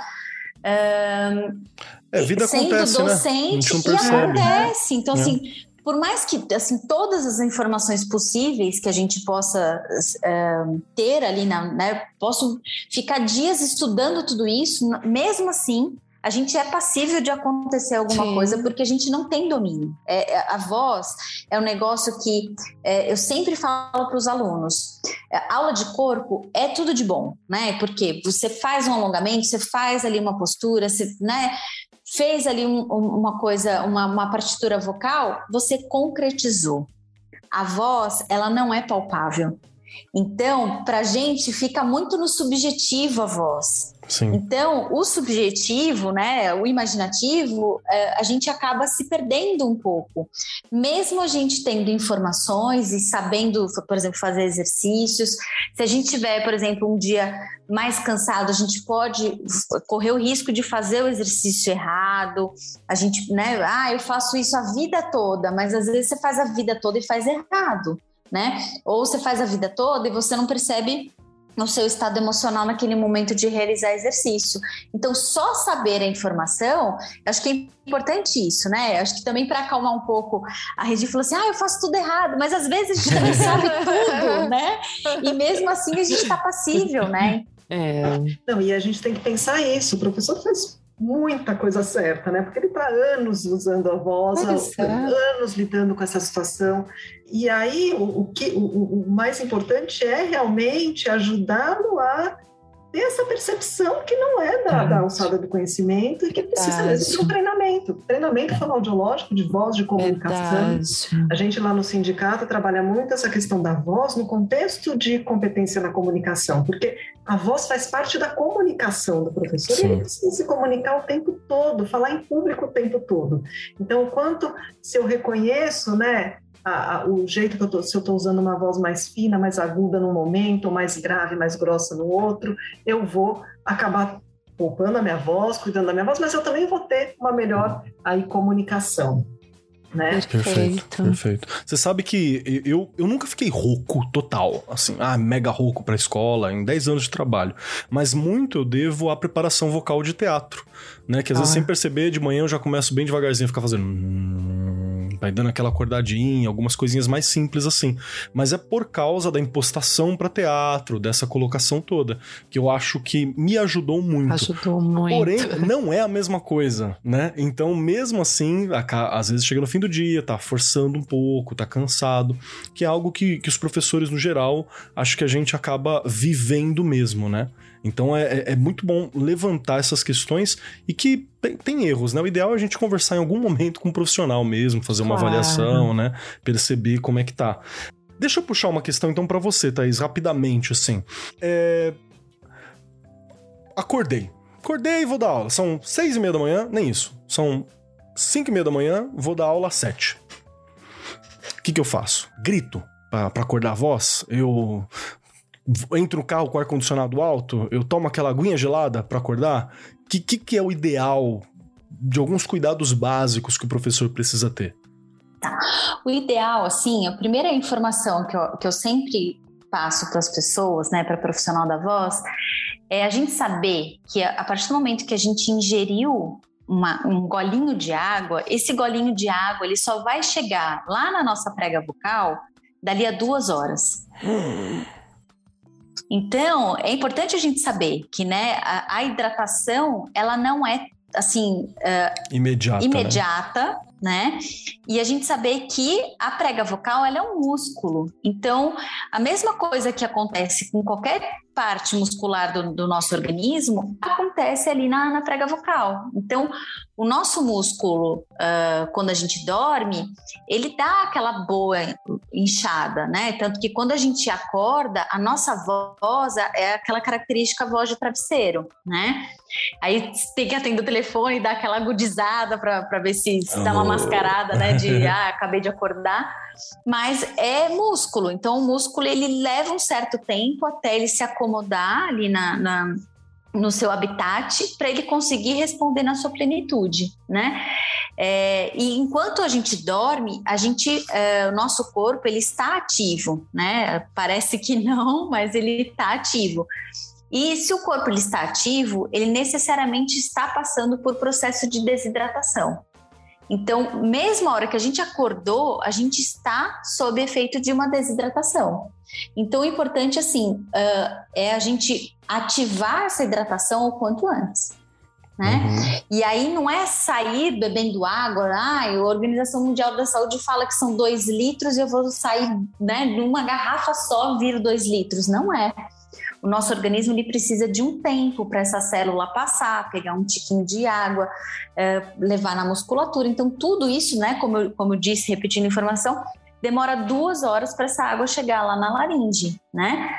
Vida sendo acontece, docente, né? E acontece. Então, assim, por mais que assim, todas as informações possíveis que a gente possa ter ali, né? Posso ficar dias estudando tudo isso, mesmo assim, a gente é passível de acontecer alguma coisa porque a gente não tem domínio. A voz é um negócio que eu sempre falo para os alunos. Aula de corpo é tudo de bom, né? Porque você faz um alongamento, você faz ali uma postura, você, né? Fez ali uma coisa, uma partitura vocal, você concretizou. A voz, ela não é palpável. Então, para a gente, fica muito no subjetivo a voz. Sim. Então, o subjetivo, né, o imaginativo, a gente acaba se perdendo um pouco. Mesmo a gente tendo informações e sabendo, por exemplo, fazer exercícios, se a gente tiver, por exemplo, um dia mais cansado, a gente pode correr o risco de fazer o exercício errado. A gente, né, eu faço isso a vida toda, mas às vezes você faz a vida toda e faz errado, né? Ou você faz a vida toda e você não percebe no seu estado emocional naquele momento de realizar exercício. Então, só saber a informação, acho que é importante isso, né? Acho que também para acalmar um pouco, a Regi falou assim, eu faço tudo errado, mas às vezes a gente também sabe tudo, né? E mesmo assim a gente está passível, né? Não, e a gente tem que pensar isso, o professor faz muita coisa certa, né? Porque ele está anos usando a voz, anos lidando com essa situação. E aí, o mais importante é realmente ajudá-lo a ter essa percepção que não é da alçada do conhecimento e que precisa mesmo de um treinamento fonoaudiológico, de voz, de comunicação. A gente lá no sindicato trabalha muito essa questão da voz no contexto de competência na comunicação, porque a voz faz parte da comunicação do professor. Sim. E ele precisa se comunicar o tempo todo, falar em público o tempo todo. Então, se eu reconheço, né, o jeito que se eu estou usando uma voz mais fina, mais aguda num momento, ou mais grave, mais grossa no outro, eu vou acabar poupando a minha voz, cuidando da minha voz, mas eu também vou ter uma melhor comunicação. Né? Perfeito. Você sabe que eu nunca fiquei rouco total, assim, mega rouco pra escola, em 10 anos de trabalho, mas muito eu devo à preparação vocal de teatro, né, que às vezes sem perceber, de manhã eu já começo bem devagarzinho a ficar fazendo... vai dando aquela acordadinha, algumas coisinhas mais simples assim, mas é por causa da impostação pra teatro, dessa colocação toda, que eu acho que me ajudou muito. Porém, não é a mesma coisa, né, então mesmo assim, às vezes chega no fim do dia, tá forçando um pouco, tá cansado, que é algo que os professores no geral, acho que a gente acaba vivendo mesmo, né? Então é muito bom levantar essas questões e que tem erros, né? O ideal é a gente conversar em algum momento com um profissional mesmo, fazer uma avaliação, né? Perceber como é que tá. Deixa eu puxar uma questão então pra você, Thaís, rapidamente, assim. Acordei e vou dar aula. São 6:30 da manhã, nem isso. São 5:30 da manhã, vou dar aula às 7. O que eu faço? Grito pra acordar a voz? Eu entro no carro com o ar-condicionado alto? Eu tomo aquela aguinha gelada pra acordar? Que é o ideal de alguns cuidados básicos que o professor precisa ter? Tá. O ideal, assim, a primeira informação que eu sempre passo para as pessoas, né, para profissional da voz, é a gente saber que a partir do momento que a gente ingeriu um golinho de água, esse golinho de água ele só vai chegar lá na nossa prega vocal dali a 2 horas. Então, é importante a gente saber que, né, a hidratação, ela não é, assim, imediata, né? E a gente saber que a prega vocal, ela é um músculo. Então, a mesma coisa que acontece com qualquer parte muscular do nosso organismo, acontece ali na prega vocal. Então, o nosso músculo, quando a gente dorme, ele dá aquela boa inchada, né? Tanto que quando a gente acorda, a nossa voz é aquela característica voz de travesseiro, né? Aí tem que atender o telefone e dar aquela agudizada para ver se dá uma mascarada, né? De acabei de acordar. Mas é músculo, então o músculo ele leva um certo tempo até ele se acomodar ali no seu habitat para ele conseguir responder na sua plenitude, né? E enquanto a gente dorme, o nosso corpo ele está ativo, né? Parece que não, mas ele está ativo. E se o corpo ele está ativo, ele necessariamente está passando por processo de desidratação. Então, mesmo a hora que a gente acordou, a gente está sob efeito de uma desidratação. Então, o importante, assim, é a gente ativar essa hidratação o quanto antes, né? E aí não é sair bebendo água, a Organização Mundial da Saúde fala que são 2 litros e eu vou sair, né, numa garrafa só vir 2 litros. Não é. O nosso organismo ele precisa de um tempo para essa célula passar, pegar um tiquinho de água, levar na musculatura. Então, tudo isso, né, como eu disse, repetindo a informação, demora 2 horas para essa água chegar lá na laringe, né?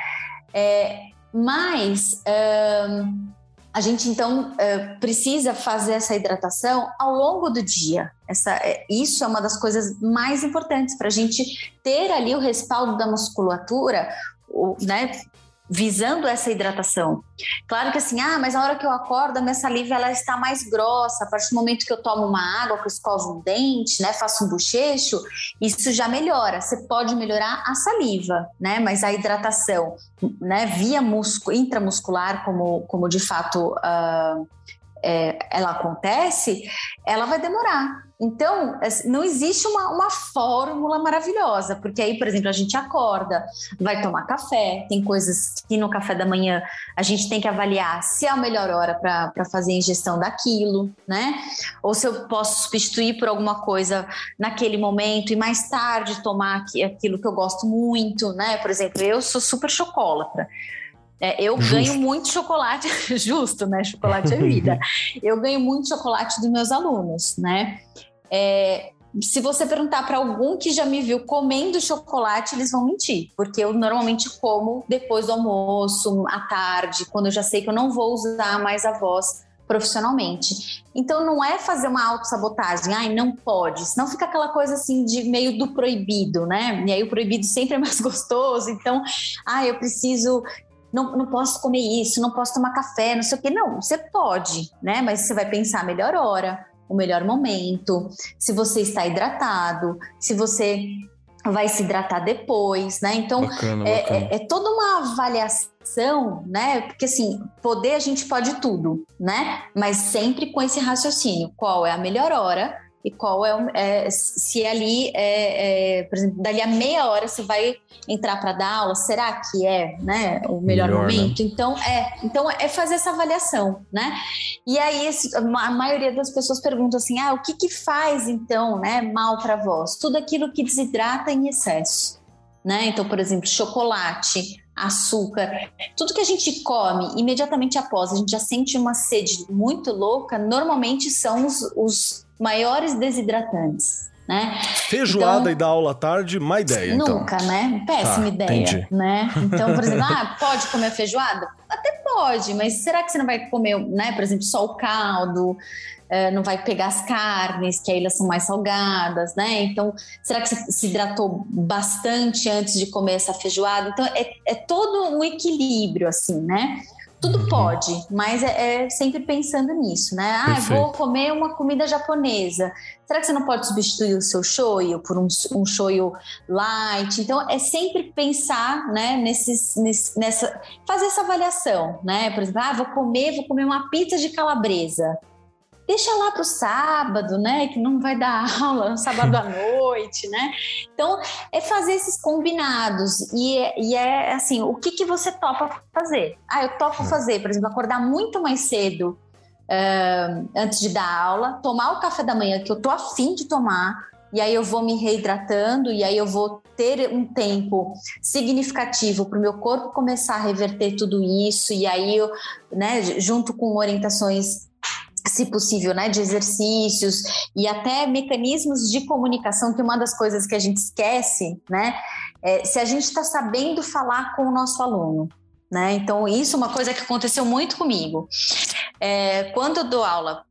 Mas a gente, então, precisa fazer essa hidratação ao longo do dia. Isso é uma das coisas mais importantes para a gente ter ali o respaldo da musculatura, né? Visando essa hidratação. Claro que assim, mas na hora que eu acordo, a minha saliva ela está mais grossa. A partir do momento que eu tomo uma água, que eu escovo um dente, né, faço um bochecho, isso já melhora. Você pode melhorar a saliva, né, mas a hidratação, né, via intramuscular, como de fato ela acontece, ela vai demorar. Então, não existe uma fórmula maravilhosa, porque aí, por exemplo, a gente acorda, vai tomar café, tem coisas que no café da manhã a gente tem que avaliar se é a melhor hora para fazer a ingestão daquilo, né? Ou se eu posso substituir por alguma coisa naquele momento e mais tarde tomar aquilo que eu gosto muito, né? Por exemplo, eu sou super chocolatra. Eu ganho muito chocolate, justo, né? Chocolate é vida. Eu ganho muito chocolate dos meus alunos, né? Se você perguntar para algum que já me viu comendo chocolate, eles vão mentir, porque eu normalmente como depois do almoço, à tarde, quando eu já sei que eu não vou usar mais a voz profissionalmente. Então não é fazer uma autossabotagem, não pode, senão fica aquela coisa assim de meio do proibido, né? E aí o proibido sempre é mais gostoso, então, eu preciso... Não posso comer isso, não posso tomar café, não sei o quê. Não, você pode, né? Mas você vai pensar a melhor hora, o melhor momento, se você está hidratado, se você vai se hidratar depois, né? Então, bacana. É toda uma avaliação, né? Porque, assim, poder a gente pode tudo, né? Mas sempre com esse raciocínio. Qual é a melhor hora? E qual se ali, por exemplo, dali a meia hora você vai entrar para dar aula, será que né, o melhor momento? Né? Então é fazer essa avaliação, né? E aí a maioria das pessoas perguntam assim, o que faz então, né, mal para a voz? Tudo aquilo que desidrata em excesso, né? Então, por exemplo, chocolate, açúcar, tudo que a gente come imediatamente após, a gente já sente uma sede muito louca, normalmente são os maiores desidratantes, né? Feijoada então, e dar aula à tarde, má ideia, então. Nunca, né? Péssima ideia, entendi. Né? Então, por exemplo, pode comer feijoada? Até pode, mas será que você não vai comer, né? Por exemplo, só o caldo, não vai pegar as carnes, que aí elas são mais salgadas, né? Então, será que você se hidratou bastante antes de comer essa feijoada? Então, é todo um equilíbrio, assim, né? Tudo pode, mas é sempre pensando nisso, né? Vou comer uma comida japonesa. Será que você não pode substituir o seu shoyu por um shoyu light? Então, é sempre pensar, né, fazer essa avaliação, né? Por exemplo, vou comer uma pizza de calabresa. Deixa lá para o sábado, né? Que não vai dar aula no sábado à noite, né? Então, é fazer esses combinados. E é assim, o que você topa fazer? Eu topo fazer, por exemplo, acordar muito mais cedo antes de dar aula, tomar o café da manhã que eu tô afim de tomar, e aí eu vou me reidratando, e aí eu vou ter um tempo significativo para o meu corpo começar a reverter tudo isso, e aí eu, né, junto com orientações, se possível, né, de exercícios e até mecanismos de comunicação, que uma das coisas que a gente esquece, né, se a gente está sabendo falar com o nosso aluno, né, então isso é uma coisa que aconteceu muito comigo. Quando eu dou aula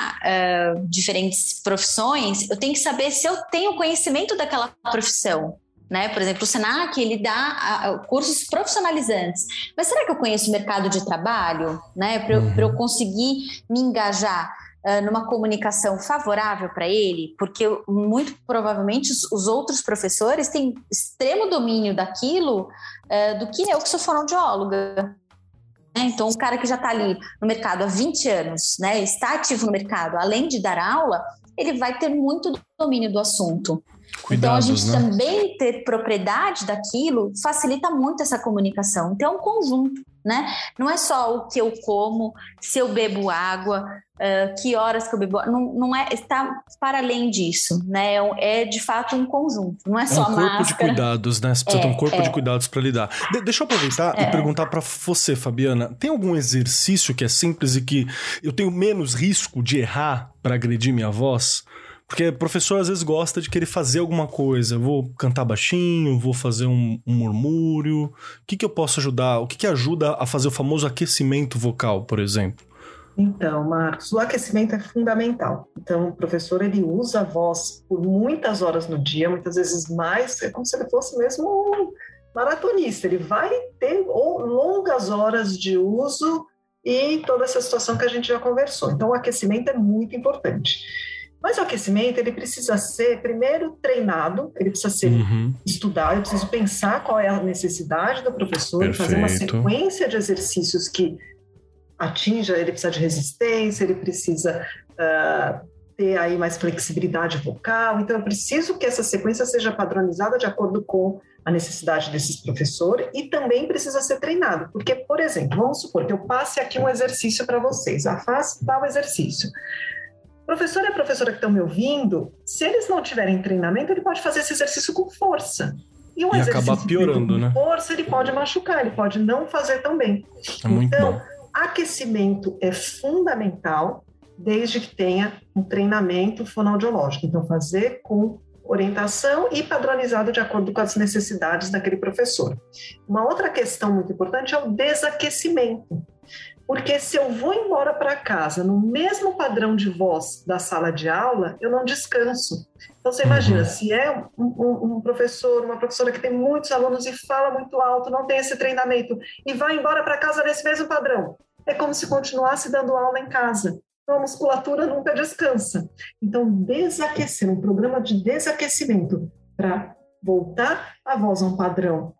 para diferentes profissões, eu tenho que saber se eu tenho conhecimento daquela profissão. Né? Por exemplo, o Senac, ele dá cursos profissionalizantes. Mas será que eu conheço o mercado de trabalho? Né? Para eu conseguir me engajar numa comunicação favorável para ele? Porque muito provavelmente os outros professores têm extremo domínio daquilo do que eu, que sou fonoaudióloga. Então, o cara que já está ali no mercado há 20 anos, né, está ativo no mercado, além de dar aula, ele vai ter muito domínio do assunto. Cuidados, então, a gente também ter propriedade daquilo facilita muito essa comunicação. Então, é um conjunto, né? Não é só o que eu como, se eu bebo água, que horas que eu bebo. Não está para além disso, né? É de fato um conjunto, não é só a máscara. É um corpo de cuidados, né? Você precisa ter um corpo de cuidados para lidar. Deixa eu aproveitar e perguntar para você, Fabiana. Tem algum exercício que é simples e que eu tenho menos risco de errar para agredir minha voz? Porque o professor às vezes gosta de querer fazer alguma coisa. Vou cantar baixinho, vou fazer um murmúrio. O que eu posso ajudar? O que ajuda a fazer o famoso aquecimento vocal, por exemplo? Então, Marcos, o aquecimento é fundamental. Então, o professor, ele usa a voz por muitas horas no dia, muitas vezes mais, é como se ele fosse mesmo um maratonista. Ele vai ter longas horas de uso e toda essa situação que a gente já conversou. Então, o aquecimento é muito importante. Mas o aquecimento, ele precisa ser, primeiro, treinado, ele precisa ser estudado, eu preciso pensar qual é a necessidade do professor, fazer uma sequência de exercícios que atinja, ele precisa de resistência, ele precisa ter aí mais flexibilidade vocal, então eu preciso que essa sequência seja padronizada de acordo com a necessidade desses professores e também precisa ser treinado, porque, por exemplo, vamos supor que eu passe aqui um exercício para vocês, faça tal exercício. Professor e a professora que estão me ouvindo, se eles não tiverem treinamento, ele pode fazer esse exercício com força. E exercício acabar piorando, com né? força, ele pode machucar, ele pode não fazer tão bem. Então, aquecimento é fundamental, desde que tenha um treinamento fonoaudiológico. Então, fazer com orientação e padronizado de acordo com as necessidades daquele professor. Uma outra questão muito importante é o desaquecimento. Porque se eu vou embora para casa no mesmo padrão de voz da sala de aula, eu não descanso. Então, você imagina, se é um professor, uma professora que tem muitos alunos e fala muito alto, não tem esse treinamento, e vai embora para casa nesse mesmo padrão. É como se continuasse dando aula em casa. Então, a musculatura nunca descansa. Então, desaquecer, um programa de desaquecimento para voltar a voz a um padrão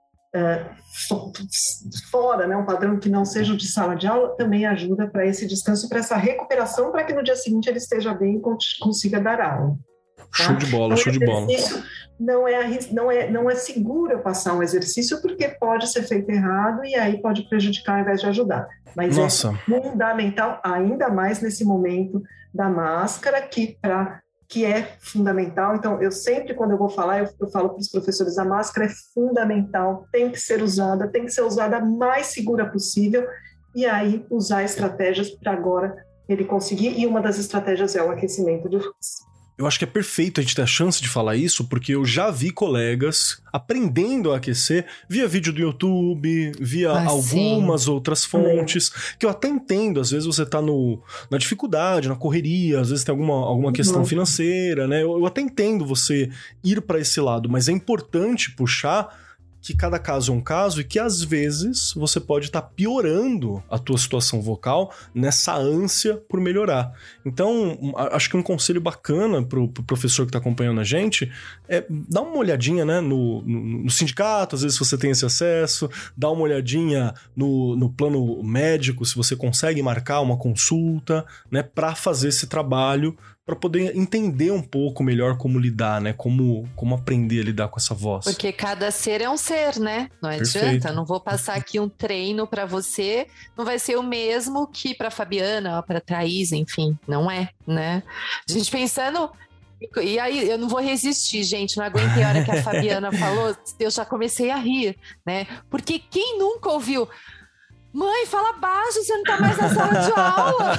fora, né, um padrão que não seja o de sala de aula, também ajuda para esse descanso, para essa recuperação, para que no dia seguinte ele esteja bem e consiga dar aula. Tá? Show de bola, então, show de bola. Não é seguro eu passar um exercício, porque pode ser feito errado e aí pode prejudicar ao invés de ajudar. Mas é fundamental, ainda mais nesse momento da máscara, que é fundamental. Então, eu sempre, quando eu vou falar, eu falo para os professores, a máscara é fundamental, tem que ser usada a mais segura possível, e aí usar estratégias para agora ele conseguir, e uma das estratégias é o aquecimento de voz. Eu acho que é perfeito a gente ter a chance de falar isso, porque eu já vi colegas aprendendo a aquecer via vídeo do YouTube, via algumas outras fontes, que eu até entendo, às vezes você tá na dificuldade, na correria, às vezes tem alguma questão financeira, né? Eu até entendo você ir para esse lado, mas é importante puxar que cada caso é um caso e que às vezes você pode estar piorando a tua situação vocal nessa ânsia por melhorar. Então, acho que um conselho bacana pro professor que está acompanhando a gente é dar uma olhadinha, né, no sindicato, às vezes você tem esse acesso, dá uma olhadinha no plano médico, se você consegue marcar uma consulta, né, para fazer esse trabalho, para poder entender um pouco melhor como lidar, né? Como aprender a lidar com essa voz. Porque cada ser é um ser, né? Não adianta, não vou passar aqui um treino para você, não vai ser o mesmo que para Fabiana, para Thaís, enfim, não é, né? A gente pensando... E aí, eu não vou resistir, gente, não aguentei a hora que a Fabiana falou, eu já comecei a rir, né? Porque quem nunca ouviu... Mãe, fala baixo, você não tá mais na sala de aula.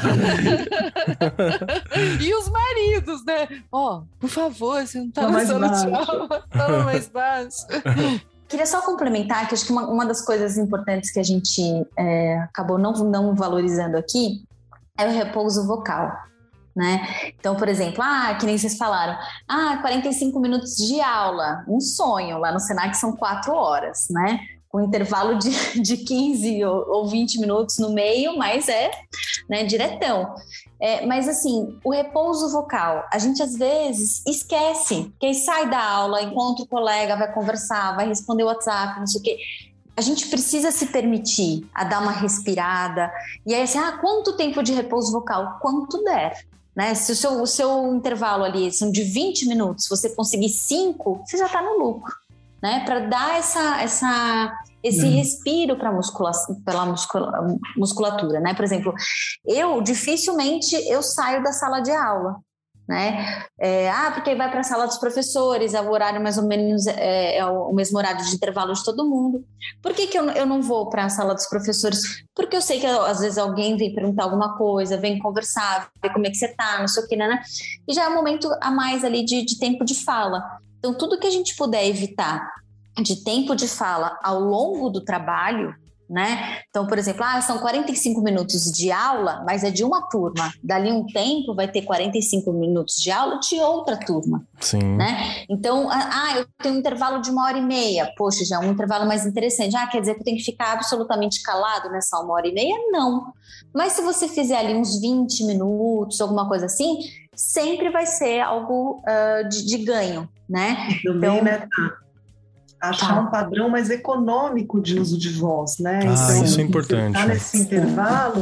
E os maridos, né? Por favor, você não tá na sala de aula. Fala mais baixo. Queria só complementar que acho que uma das coisas importantes que a gente acabou não valorizando aqui é o repouso vocal, né? Então, por exemplo, que nem vocês falaram, 45 minutos de aula, um sonho, lá no Senac são 4 horas, né? Com intervalo de 15 ou 20 minutos no meio, mas né, diretão. Mas assim, o repouso vocal, a gente às vezes esquece, que aí sai da aula, encontra o colega, vai conversar, vai responder o WhatsApp, não sei o quê. A gente precisa se permitir a dar uma respirada, e aí assim, quanto tempo de repouso vocal? Quanto der. Né? Se o seu intervalo ali são de 20 minutos, se você conseguir 5, você já está no lucro. Né, para dar esse respiro para musculatura, né? Por exemplo, eu dificilmente saio da sala de aula, né? Porque vai para a sala dos professores, é o horário mais ou menos é o mesmo horário de intervalo de todo mundo. Por que eu não vou para a sala dos professores? Porque eu sei que às vezes alguém vem perguntar alguma coisa, vem conversar, ver como é que você tá, não sei o que, né? E já é um momento a mais ali de tempo de fala. Então, tudo que a gente puder evitar de tempo de fala ao longo do trabalho, né? Então, por exemplo, são 45 minutos de aula, mas é de uma turma. Dali um tempo vai ter 45 minutos de aula de outra turma. Sim. Né? Então, eu tenho um intervalo de 1h30. Poxa, já é um intervalo mais interessante. Quer dizer que eu tenho que ficar absolutamente calado nessa 1h30? Não. Mas se você fizer ali uns 20 minutos, alguma coisa assim, sempre vai ser algo de ganho, né? Também, então, né, achar um padrão mais econômico de uso de voz, né? Então, isso é importante. Tá nesse intervalo,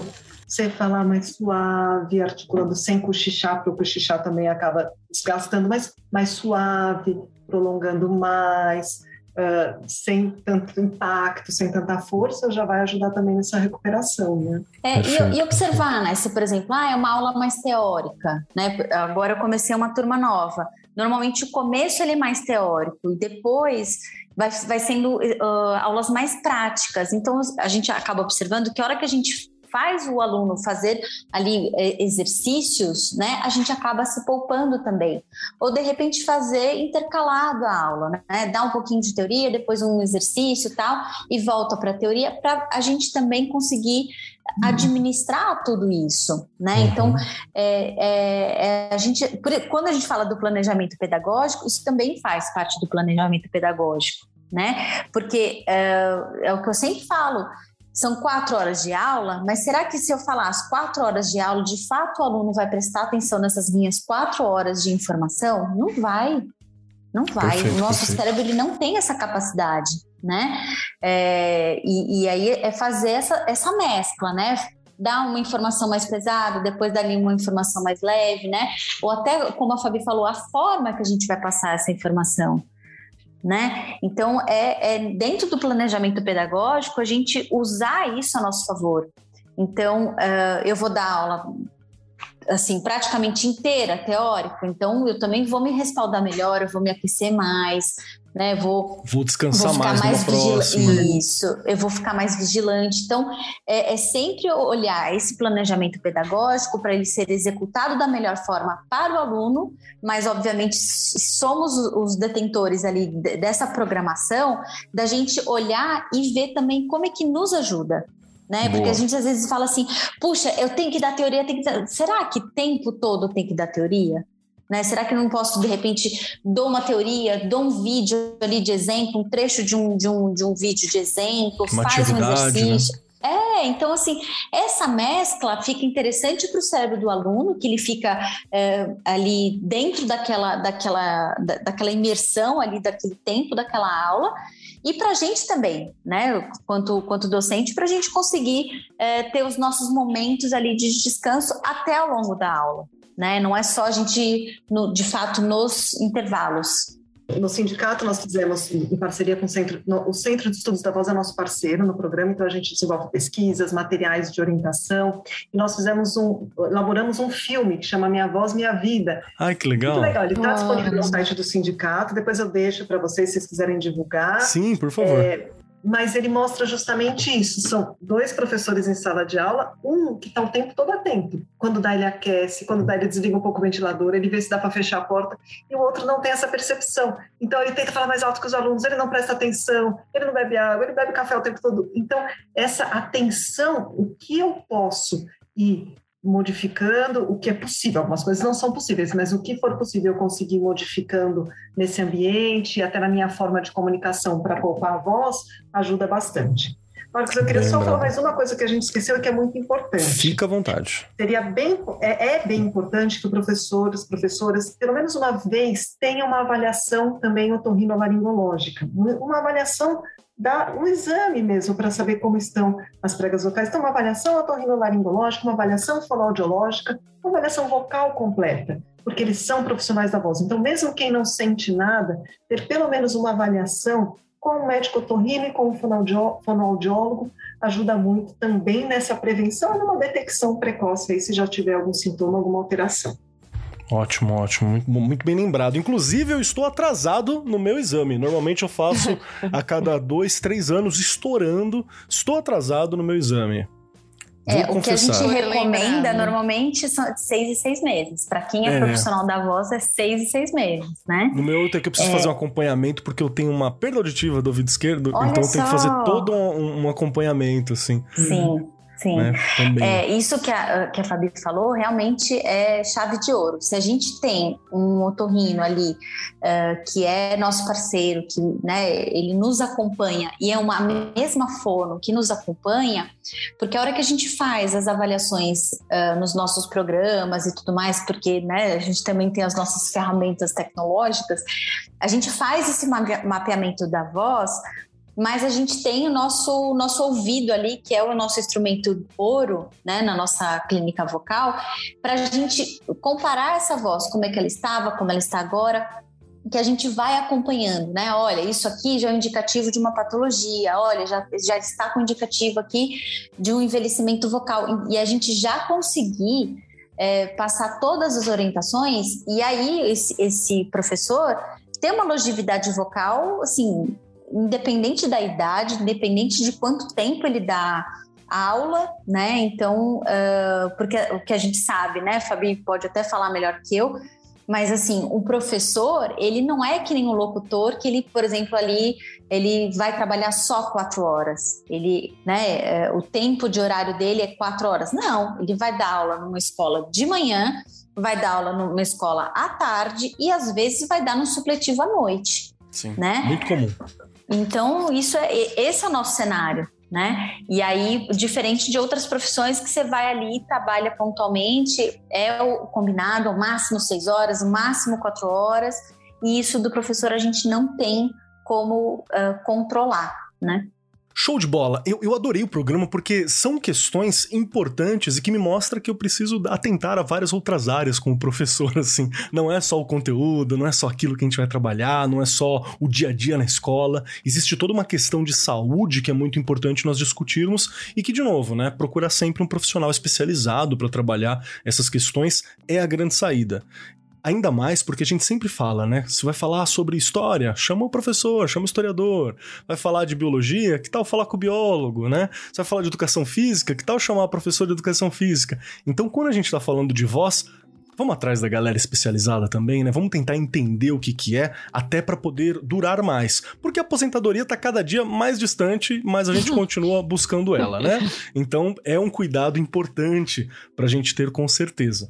você falar mais suave, articulando sem cochichar, porque o cochichar também acaba desgastando, mas mais suave, prolongando mais, sem tanto impacto, sem tanta força, já vai ajudar também nessa recuperação, né? E observar, né? Se, por exemplo, é uma aula mais teórica, né? Agora eu comecei uma turma nova. Normalmente o começo ele é mais teórico e depois vai sendo aulas mais práticas. Então a gente acaba observando que a hora que a gente faz o aluno fazer ali exercícios, né, a gente acaba se poupando também. Ou, de repente, fazer intercalado a aula, né? Dar um pouquinho de teoria, depois um exercício e tal, e volta para a teoria, para a gente também conseguir administrar tudo isso, né? Então, quando a gente fala do planejamento pedagógico, isso também faz parte do planejamento pedagógico, né? Porque é o que eu sempre falo, são 4 horas de aula, mas será que se eu falar as 4 horas de aula, de fato o aluno vai prestar atenção nessas minhas 4 horas de informação? Não vai. Não vai. Perfeito, o nosso cérebro ele não tem essa capacidade, né? E aí é fazer essa mescla, né? Dar uma informação mais pesada, depois dali uma informação mais leve, né? Ou até, como a Fabi falou, a forma que a gente vai passar essa informação, né? Então, dentro do planejamento pedagógico, a gente usar isso a nosso favor. Então, eu vou dar aula assim, praticamente inteira, teórica, então eu também vou me respaldar melhor, eu vou me aquecer mais, né? Vou descansar mais próxima. Isso, eu vou ficar mais vigilante. Então, é sempre olhar esse planejamento pedagógico para ele ser executado da melhor forma para o aluno, mas, obviamente, somos os detentores ali dessa programação, da gente olhar e ver também como é que nos ajuda. Né? Porque a gente às vezes fala assim, puxa, eu tenho que dar teoria, será que o tempo todo tem que dar teoria? Né? Será que eu não posso, de repente, dou uma teoria, dou um vídeo ali de exemplo, um trecho de um vídeo de exemplo, faz um exercício. Né? Então assim, essa mescla fica interessante para o cérebro do aluno, que ele fica ali dentro daquela imersão ali, daquele tempo, daquela aula, e para a gente também, né, quanto docente, para a gente conseguir ter os nossos momentos ali de descanso até ao longo da aula, né? Não é só a gente, de fato, nos intervalos. No sindicato, nós fizemos, em parceria com o Centro de Estudos da Voz é nosso parceiro no programa, então a gente desenvolve pesquisas, materiais de orientação, e nós elaboramos um filme que chama Minha Voz, Minha Vida. Ai, que legal. Muito legal, ele está disponível no site do sindicato, depois eu deixo para vocês, se vocês quiserem divulgar. Sim, por favor. Mas ele mostra justamente isso, são 2 professores em sala de aula, um que está o tempo todo atento, quando dá ele aquece, quando dá ele desliga um pouco o ventilador, ele vê se dá para fechar a porta, e o outro não tem essa percepção, então ele tenta falar mais alto que os alunos, ele não presta atenção, ele não bebe água, ele bebe café o tempo todo, então essa atenção, o que eu posso ir modificando, o que é possível, algumas coisas não são possíveis, mas o que for possível eu conseguir modificando nesse ambiente, até na minha forma de comunicação para poupar a voz, ajuda bastante. Marcos, eu queria só falar mais uma coisa que a gente esqueceu e que é muito importante. Fica à vontade. Seria bem importante que professores, professoras, pelo menos uma vez, tenham uma avaliação também otorrinolaringológica, uma avaliação um exame mesmo para saber como estão as pregas vocais. Então, uma avaliação otorrinolaringológica, uma avaliação fonoaudiológica, uma avaliação vocal completa, porque eles são profissionais da voz. Então, mesmo quem não sente nada, ter pelo menos uma avaliação com o médico otorrino e com o fonoaudiólogo ajuda muito também nessa prevenção e numa detecção precoce, aí se já tiver algum sintoma, alguma alteração. Ótimo, ótimo. Muito bem lembrado. Inclusive, eu estou atrasado no meu exame. Normalmente eu faço a cada 2, 3 anos, estourando. Estou atrasado no meu exame. O que a gente recomenda normalmente são de 6 em 6 meses. Para quem é profissional da voz, é 6 em 6 meses, né? No meu eu preciso fazer um acompanhamento, porque eu tenho uma perda auditiva do ouvido esquerdo, Olha então eu só. tenho que fazer todo um acompanhamento, assim. Sim. Sim, né? Isso que a Fabi falou realmente é chave de ouro. Se a gente tem um otorrino ali que é nosso parceiro, que, né, ele nos acompanha e é uma mesma fono que nos acompanha, porque a hora que a gente faz as avaliações nos nossos programas e tudo mais, porque, né, a gente também tem as nossas ferramentas tecnológicas, a gente faz esse mapeamento da voz mas a gente tem o nosso ouvido ali, que é o nosso instrumento ouro, né, na nossa clínica vocal, para a gente comparar essa voz, como é que ela estava, como ela está agora, que a gente vai acompanhando, né? Olha, isso aqui já é um indicativo de uma patologia, olha, já está com indicativo aqui de um envelhecimento vocal, e a gente já conseguir passar todas as orientações, e aí esse professor tem uma longevidade vocal, assim, independente da idade, independente de quanto tempo ele dá aula, né? Então, porque o que a gente sabe, né? Fabi pode até falar melhor que eu, mas assim, o professor, ele não é que nem um locutor que ele, por exemplo, ali, ele vai trabalhar só 4 horas. Ele, né, o tempo de horário dele é 4 horas. Não, ele vai dar aula numa escola de manhã, vai dar aula numa escola à tarde e às vezes vai dar no supletivo à noite. Sim, né? Muito comum. Então, esse é o nosso cenário, né? E aí, diferente de outras profissões que você vai ali e trabalha pontualmente, é o combinado, o máximo 6 horas, o máximo 4 horas, e isso do professor a gente não tem como controlar, né? Show de bola! Eu adorei o programa porque são questões importantes e que me mostra que eu preciso atentar a várias outras áreas como professor, assim. Não é só o conteúdo, não é só aquilo que a gente vai trabalhar, não é só o dia a dia na escola. Existe toda uma questão de saúde que é muito importante nós discutirmos e que, de novo, né, procurar sempre um profissional especializado para trabalhar essas questões é a grande saída. Ainda mais porque a gente sempre fala, né? Se vai falar sobre história, chama o professor, chama o historiador. Vai falar de biologia, que tal falar com o biólogo, né? Se vai falar de educação física, que tal chamar o professor de educação física? Então, quando a gente tá falando de voz, vamos atrás da galera especializada também, né? Vamos tentar entender o que é, até para poder durar mais. Porque a aposentadoria tá cada dia mais distante, mas a gente continua buscando ela, né? Então, é um cuidado importante pra gente ter com certeza.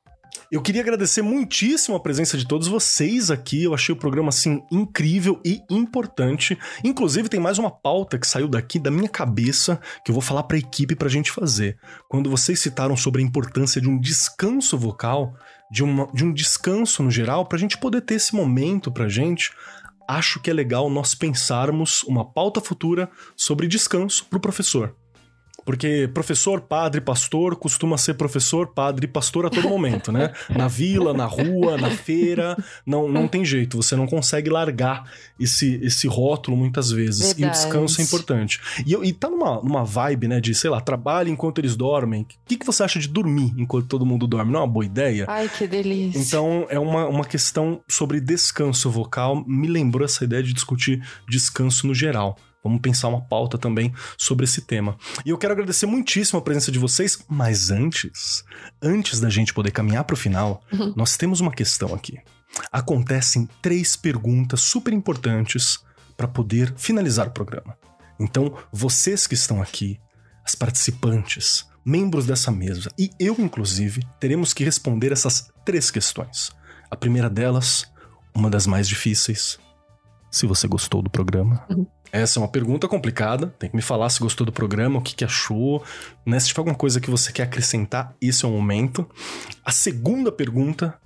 Eu queria agradecer muitíssimo a presença de todos vocês aqui. Eu achei o programa, assim, incrível e importante. Inclusive, tem mais uma pauta que saiu daqui da minha cabeça que eu vou falar pra equipe pra gente fazer. Quando vocês citaram sobre a importância de um descanso vocal, de um descanso no geral, pra gente poder ter esse momento pra gente, acho que é legal nós pensarmos uma pauta futura sobre descanso pro professor. Porque professor, padre, pastor costuma ser professor, padre e pastor a todo momento, né? Na vila, na rua, na feira, não tem jeito. Você não consegue largar esse rótulo muitas vezes. Verdade. E o descanso é importante. E tá numa vibe, né, de, sei lá, trabalhe enquanto eles dormem. O que você acha de dormir enquanto todo mundo dorme? Não é uma boa ideia? Ai, que delícia. Então, é uma questão sobre descanso vocal. Me lembrou essa ideia de discutir descanso no geral. Vamos pensar uma pauta também sobre esse tema. E eu quero agradecer muitíssimo a presença de vocês, mas antes da gente poder caminhar para o final, nós temos uma questão aqui. Acontecem 3 perguntas super importantes para poder finalizar o programa. Então, vocês que estão aqui, as participantes, membros dessa mesa, e eu, inclusive, teremos que responder essas 3 questões. A primeira delas, uma das mais difíceis. Se você gostou do programa... Essa é uma pergunta complicada, tem que me falar se gostou do programa, o que achou, né? Se tiver alguma coisa que você quer acrescentar, esse é o momento. A segunda pergunta,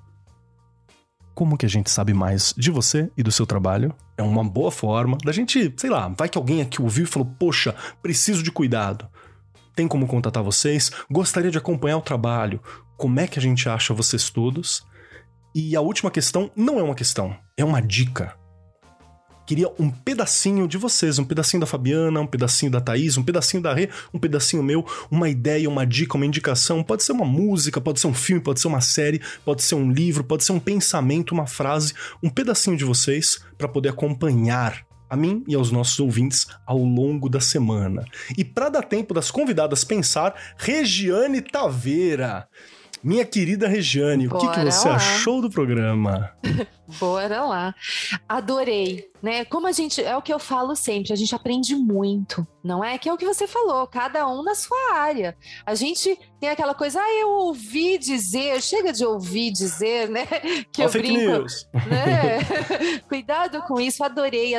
como que a gente sabe mais de você e do seu trabalho? É uma boa forma da gente, sei lá, vai que alguém aqui ouviu e falou, poxa, preciso de cuidado. Tem como contatar vocês? Gostaria de acompanhar o trabalho. Como é que a gente acha vocês todos? E a última questão não é uma questão, é uma dica. Queria um pedacinho de vocês, um pedacinho da Fabiana, um pedacinho da Thaís, um pedacinho da Rê, um pedacinho meu, uma ideia, uma dica, uma indicação. Pode ser uma música, pode ser um filme, pode ser uma série, pode ser um livro, pode ser um pensamento, uma frase, um pedacinho de vocês para poder acompanhar a mim e aos nossos ouvintes ao longo da semana. E para dar tempo das convidadas pensar, Regiane Taveira. Minha querida Regiane, o que você achou do programa? Bora lá. Adorei, né? Como a gente, é o que eu falo sempre, a gente aprende muito, não é? Que é o que você falou, cada um na sua área. A gente tem aquela coisa, eu ouvi dizer, chega de ouvir dizer, né? Que eu fake brinco, news. Né? Cuidado com isso, adorei.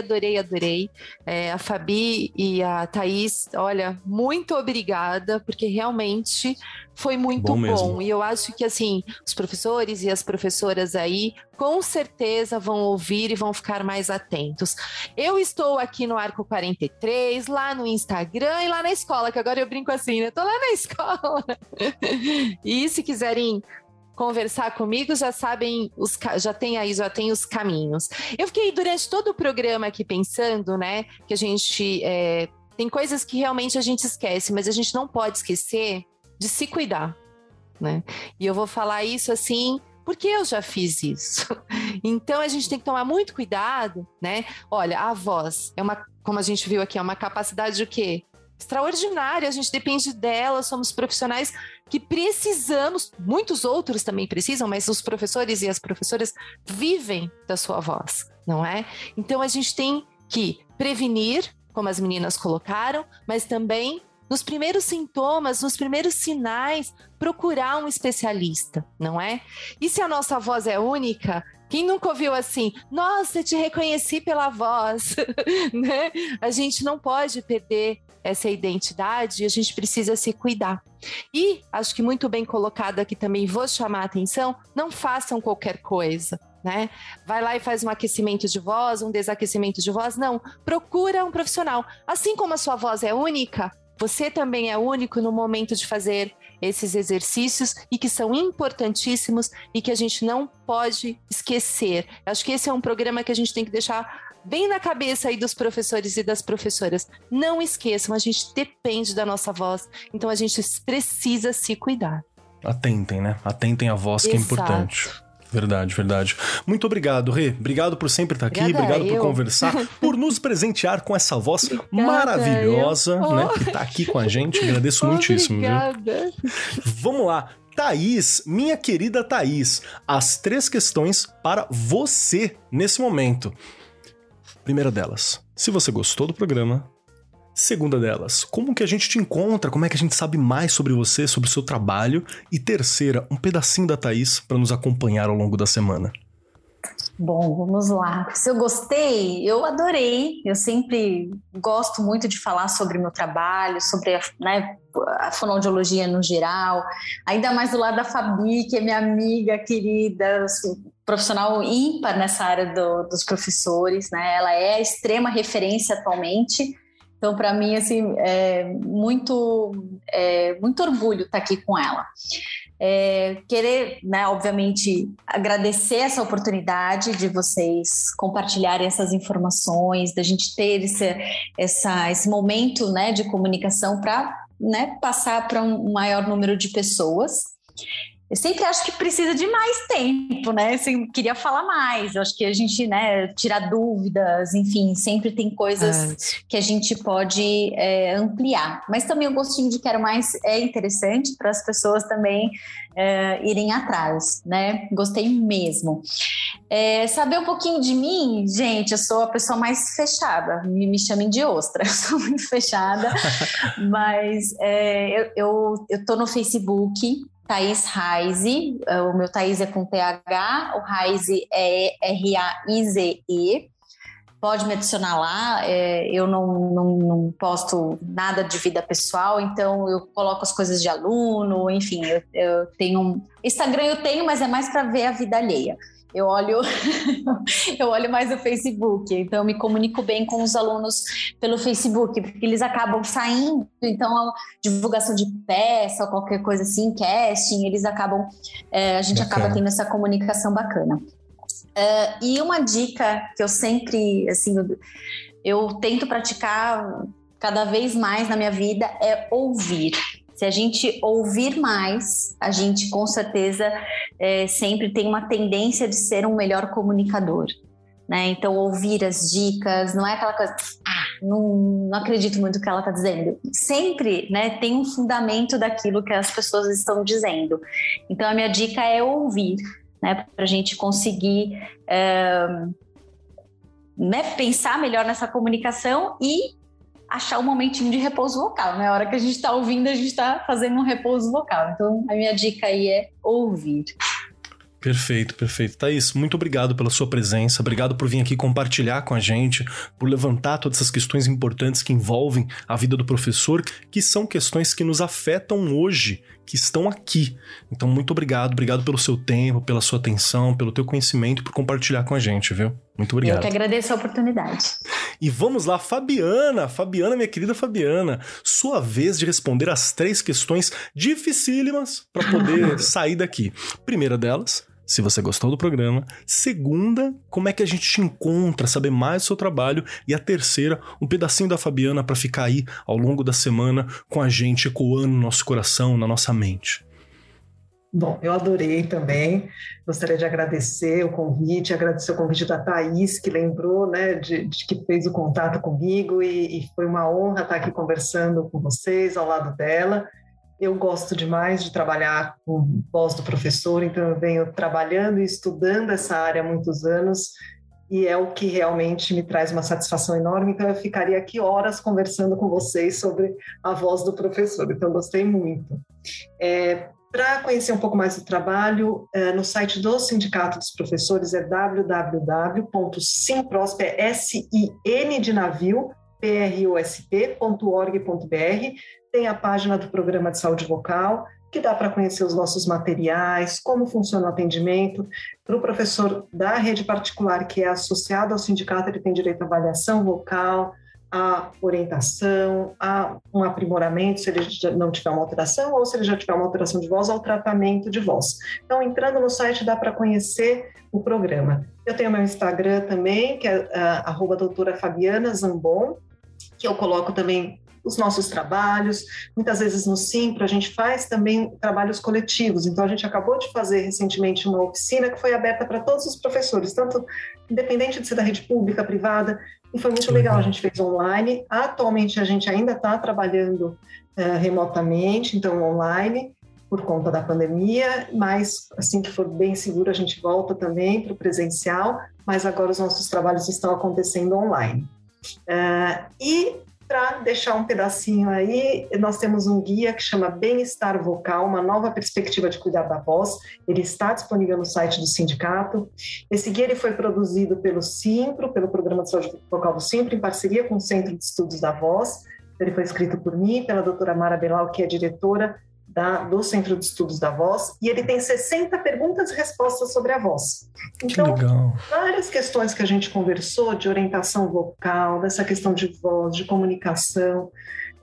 A Fabi e a Thaís, olha, muito obrigada, porque realmente foi muito bom. E eu acho que, assim, os professores e as professoras aí, com certeza vão ouvir e vão ficar mais atentos. momentos. Eu estou aqui no Arco 43, lá no Instagram e lá na escola, que agora eu brinco assim, né? Tô lá na escola. E se quiserem conversar comigo, já sabem, já tem os caminhos. Eu fiquei durante todo o programa aqui pensando, né, que a gente tem coisas que realmente a gente esquece, mas a gente não pode esquecer de se cuidar, né? E eu vou falar isso assim, porque eu já fiz isso. Então a gente tem que tomar muito cuidado, né? Olha, a voz como a gente viu aqui, é uma capacidade de quê? Extraordinária, a gente depende dela, somos profissionais que precisamos, muitos outros também precisam, mas os professores e as professoras vivem da sua voz, não é? Então a gente tem que prevenir, como as meninas colocaram, mas também nos primeiros sintomas, nos primeiros sinais, procurar um especialista, não é? E se a nossa voz é única, quem nunca ouviu assim, nossa, te reconheci pela voz, né? A gente não pode perder essa identidade e a gente precisa se cuidar. E, acho que muito bem colocado aqui também, vou chamar a atenção, não façam qualquer coisa, né? Vai lá e faz um aquecimento de voz, um desaquecimento de voz, não. Procura um profissional. Assim como a sua voz é única, você também é único no momento de fazer esses exercícios e que são importantíssimos e que a gente não pode esquecer. Acho que esse é um programa que a gente tem que deixar bem na cabeça aí dos professores e das professoras. Não esqueçam, a gente depende da nossa voz, então a gente precisa se cuidar. Atentem, né? Atentem à voz, que é importante. Verdade, verdade. Muito obrigado, Rê. Obrigado por sempre estar aqui, obrigado por conversar, por nos presentear com essa voz maravilhosa, né? Que tá aqui com a gente. Agradeço muitíssimo, obrigada. Viu? Vamos lá. Thaís, minha querida Thaís, as 3 questões para você nesse momento. Primeira delas, se você gostou do programa. Segunda delas, como que a gente te encontra? Como é que a gente sabe mais sobre você, sobre o seu trabalho? E terceira, um pedacinho da Thaís para nos acompanhar ao longo da semana. Bom, vamos lá. Se eu gostei, eu adorei. Eu sempre gosto muito de falar sobre o meu trabalho, sobre a fonoaudiologia no geral. Ainda mais do lado da Fabi, que é minha amiga querida, profissional ímpar nessa área dos professores, né? Ela é a extrema referência atualmente. Então, para mim, assim, muito orgulho estar aqui com ela. Querer, né, obviamente, agradecer essa oportunidade de vocês compartilharem essas informações, da gente ter esse momento, né, de comunicação para, né, passar para um maior número de pessoas. Eu sempre acho que precisa de mais tempo, né? Eu queria falar mais. Eu acho que a gente, né, tirar dúvidas, enfim, sempre tem coisas que a gente pode ampliar. Mas também o gostinho de quero mais é interessante para as pessoas também irem atrás, né? Gostei mesmo. Saber um pouquinho de mim, gente, eu sou a pessoa mais fechada. Me chamem de ostra, eu sou muito fechada. Mas eu tô no Facebook, Thaís Raize, o meu Thaís é com TH, o Raize é R-A-I-Z-E. Pode me adicionar lá, eu não posto nada de vida pessoal, então eu coloco as coisas de aluno, enfim, eu tenho... Instagram eu tenho, mas é mais para ver a vida alheia. Eu olho mais o Facebook, então eu me comunico bem com os alunos pelo Facebook, porque eles acabam saindo, então a divulgação de peça ou qualquer coisa assim, casting, eles acabam, a gente acaba tendo essa comunicação bacana. E uma dica que eu sempre, assim, eu tento praticar cada vez mais na minha vida é ouvir. Se a gente ouvir mais, a gente com certeza sempre tem uma tendência de ser um melhor comunicador, né? Então, ouvir as dicas, não é aquela coisa, não acredito muito no que ela está dizendo. Sempre, né, tem um fundamento daquilo que as pessoas estão dizendo. Então, a minha dica é ouvir, né, para a gente conseguir pensar melhor nessa comunicação e achar um momentinho de repouso vocal, né? A hora que a gente está ouvindo, a gente está fazendo um repouso vocal. Então, a minha dica aí é ouvir. Perfeito, perfeito. Thaís, muito obrigado pela sua presença, obrigado por vir aqui compartilhar com a gente, por levantar todas essas questões importantes que envolvem a vida do professor, que são questões que nos afetam hoje, que estão aqui. Então, muito obrigado pelo seu tempo, pela sua atenção, pelo teu conhecimento e por compartilhar com a gente, viu? Muito obrigado. Eu que agradeço a oportunidade. E vamos lá, Fabiana, minha querida Fabiana, sua vez de responder as 3 questões dificílimas para poder sair daqui. Primeira delas, se você gostou do programa. Segunda, como é que a gente te encontra, saber mais do seu trabalho. E a terceira, um pedacinho da Fabiana para ficar aí ao longo da semana com a gente ecoando no nosso coração, na nossa mente. Bom, eu adorei também, gostaria de agradecer o convite da Thaís, que lembrou, né, de que fez o contato comigo e foi uma honra estar aqui conversando com vocês, ao lado dela. Eu gosto demais de trabalhar com voz do professor, então eu venho trabalhando e estudando essa área há muitos anos e é o que realmente me traz uma satisfação enorme, então eu ficaria aqui horas conversando com vocês sobre a voz do professor, então gostei muito. Para conhecer um pouco mais do trabalho, no site do Sindicato dos Professores é www.simprosp, S-I-N de navio, prosp.org.br. Tem a página do Programa de Saúde Vocal, que dá para conhecer os nossos materiais, como funciona o atendimento. Para o professor da rede particular, que é associado ao sindicato, ele tem direito à avaliação vocal, a orientação, a um aprimoramento, se ele já não tiver uma alteração, ou se ele já tiver uma alteração de voz, ao tratamento de voz. Então, entrando no site, dá para conhecer o programa. Eu tenho meu Instagram também, que é @doutora Fabiana Zambon, que eu coloco também os nossos trabalhos. Muitas vezes no Simpro a gente faz também trabalhos coletivos, então a gente acabou de fazer recentemente uma oficina que foi aberta para todos os professores, tanto independente de ser da rede pública, privada, e foi muito legal, a gente fez online. Atualmente a gente ainda está trabalhando remotamente, então online, por conta da pandemia, mas assim que for bem seguro a gente volta também para o presencial, mas agora os nossos trabalhos estão acontecendo online. E para deixar um pedacinho aí, nós temos um guia que chama Bem-Estar Vocal, uma nova perspectiva de cuidar da voz. Ele está disponível no site do sindicato. Esse guia ele foi produzido pelo Simpro, pelo Programa de Saúde Vocal do Simpro, em parceria com o Centro de Estudos da Voz. Ele foi escrito por mim, pela doutora Mara Belal, que é diretora do Centro de Estudos da Voz, e ele tem 60 perguntas e respostas sobre a voz. Então, várias questões que a gente conversou, de orientação vocal, dessa questão de voz, de comunicação,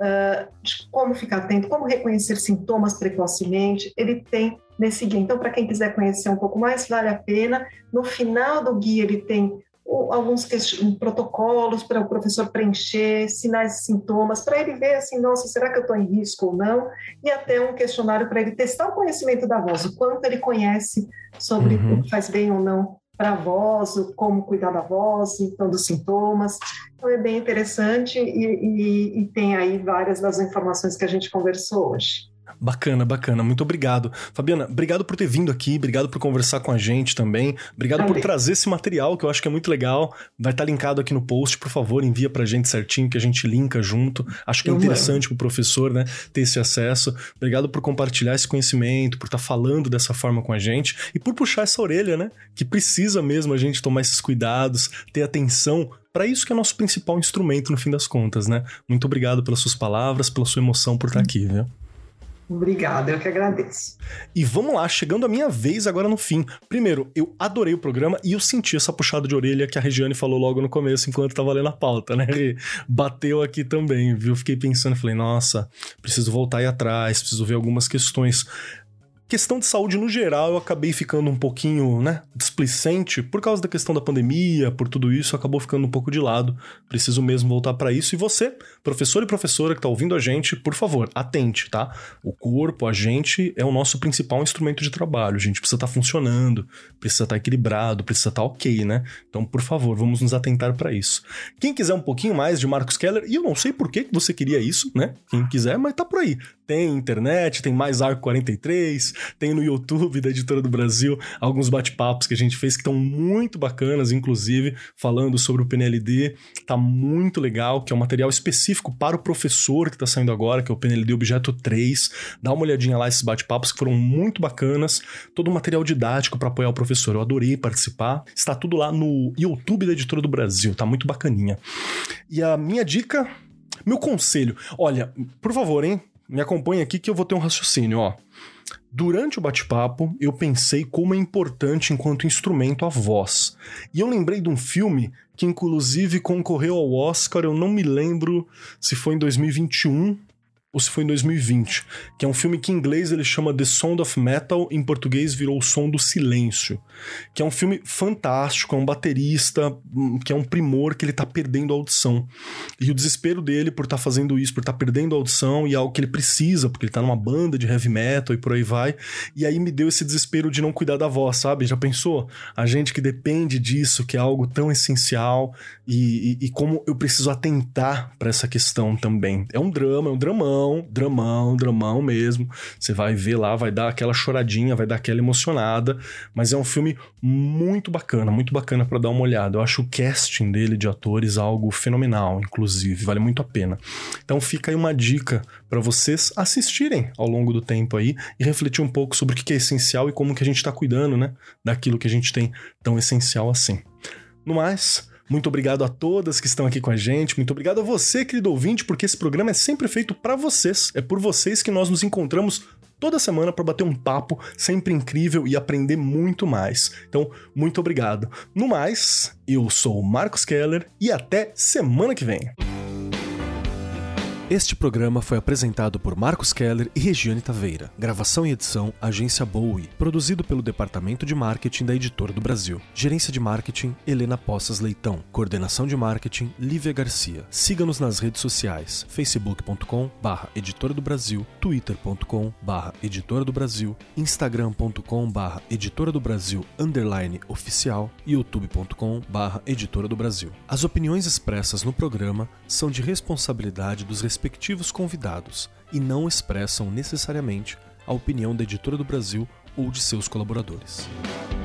de como ficar atento, como reconhecer sintomas precocemente, ele tem nesse guia. Então, para quem quiser conhecer um pouco mais, vale a pena. No final do guia, ele tem alguns protocolos para o professor preencher, sinais e sintomas, para ele ver assim, nossa, será que eu estou em risco ou não? E até um questionário para ele testar o conhecimento da voz, o quanto ele conhece sobre o que faz bem ou não para a voz, como cuidar da voz, então dos sintomas. Então é bem interessante e tem aí várias das informações que a gente conversou hoje. Bacana, muito obrigado. Fabiana, obrigado por ter vindo aqui, obrigado por conversar com a gente também, obrigado por trazer esse material que eu acho que é muito legal, vai estar linkado aqui no post, por favor, envia pra gente certinho que a gente linka junto, acho que é interessante pro professor, né, ter esse acesso. Obrigado por compartilhar esse conhecimento, por estar falando dessa forma com a gente e por puxar essa orelha, né, que precisa mesmo a gente tomar esses cuidados, ter atenção para isso que é nosso principal instrumento no fim das contas, né. Muito obrigado pelas suas palavras, pela sua emoção por estar aqui, viu? Obrigada, eu que agradeço. E vamos lá, chegando a minha vez agora no fim. Primeiro, eu adorei o programa e eu senti essa puxada de orelha que a Regiane falou logo no começo, enquanto tava lendo a pauta, né? E bateu aqui também, viu? Fiquei pensando, falei, nossa, preciso voltar aí atrás, preciso ver algumas questões. Questão de saúde no geral, eu acabei ficando um pouquinho, né, displicente por causa da questão da pandemia, por tudo isso, acabou ficando um pouco de lado. Preciso mesmo voltar para isso. E você, professor e professora que tá ouvindo a gente, por favor, atente, tá? O corpo, a gente, é o nosso principal instrumento de trabalho. A gente precisa estar funcionando, precisa estar equilibrado, precisa estar ok, né? Então, por favor, vamos nos atentar para isso. Quem quiser um pouquinho mais de Marcos Keller, e eu não sei por que você queria isso, né? Quem quiser, mas tá por aí. Tem internet, tem mais Arco 43, tem no YouTube da Editora do Brasil alguns bate-papos que a gente fez que estão muito bacanas, inclusive falando sobre o PNLD, tá muito legal, que é um material específico para o professor que tá saindo agora, que é o PNLD Objeto 3, dá uma olhadinha lá, esses bate-papos que foram muito bacanas, todo um material didático para apoiar o professor, eu adorei participar, está tudo lá no YouTube da Editora do Brasil, tá muito bacaninha. E a minha dica, meu conselho, olha, por favor, hein, me acompanha aqui que eu vou ter um raciocínio, ó. Durante o bate-papo, eu pensei como é importante enquanto instrumento a voz. E eu lembrei de um filme que inclusive concorreu ao Oscar, eu não me lembro se foi em 2021 ou se foi em 2020, que é um filme que em inglês ele chama The Sound of Metal, em português virou O Som do Silêncio, que é um filme fantástico, é um baterista, que é um primor, que ele tá perdendo a audição. E o desespero dele por estar fazendo isso, por estar perdendo a audição, e é algo que ele precisa, porque ele tá numa banda de heavy metal e por aí vai, e aí me deu esse desespero de não cuidar da voz, sabe? Já pensou? A gente que depende disso, que é algo tão essencial, e como eu preciso atentar pra essa questão também. É um drama, é um dramão mesmo. Você vai ver lá, vai dar aquela choradinha, vai dar aquela emocionada, mas é um filme muito bacana pra dar uma olhada. Eu acho o casting dele de atores algo fenomenal, inclusive, vale muito a pena. Então fica aí uma dica pra vocês assistirem ao longo do tempo aí e refletir um pouco sobre o que é essencial e como que a gente tá cuidando, né, daquilo que a gente tem tão essencial assim. No mais, muito obrigado a todas que estão aqui com a gente, muito obrigado a você, querido ouvinte, porque esse programa é sempre feito pra vocês, é por vocês que nós nos encontramos toda semana para bater um papo sempre incrível e aprender muito mais. Então, muito obrigado. No mais, eu sou o Marcos Keller e até semana que vem. Este programa foi apresentado por Marcos Keller e Regiane Taveira. Gravação e edição, Agência Bowie. Produzido pelo Departamento de Marketing da Editora do Brasil. Gerência de Marketing, Helena Poças Leitão. Coordenação de Marketing, Lívia Garcia. Siga-nos nas redes sociais, facebook.com/Editora do Brasil, twitter.com/Editora do Brasil, instagram.com/Editora do Brasil _oficial e youtube.com/Editora do Brasil. As opiniões expressas no programa são de responsabilidade dos respectivos convidados e não expressam necessariamente a opinião da Editora do Brasil ou de seus colaboradores.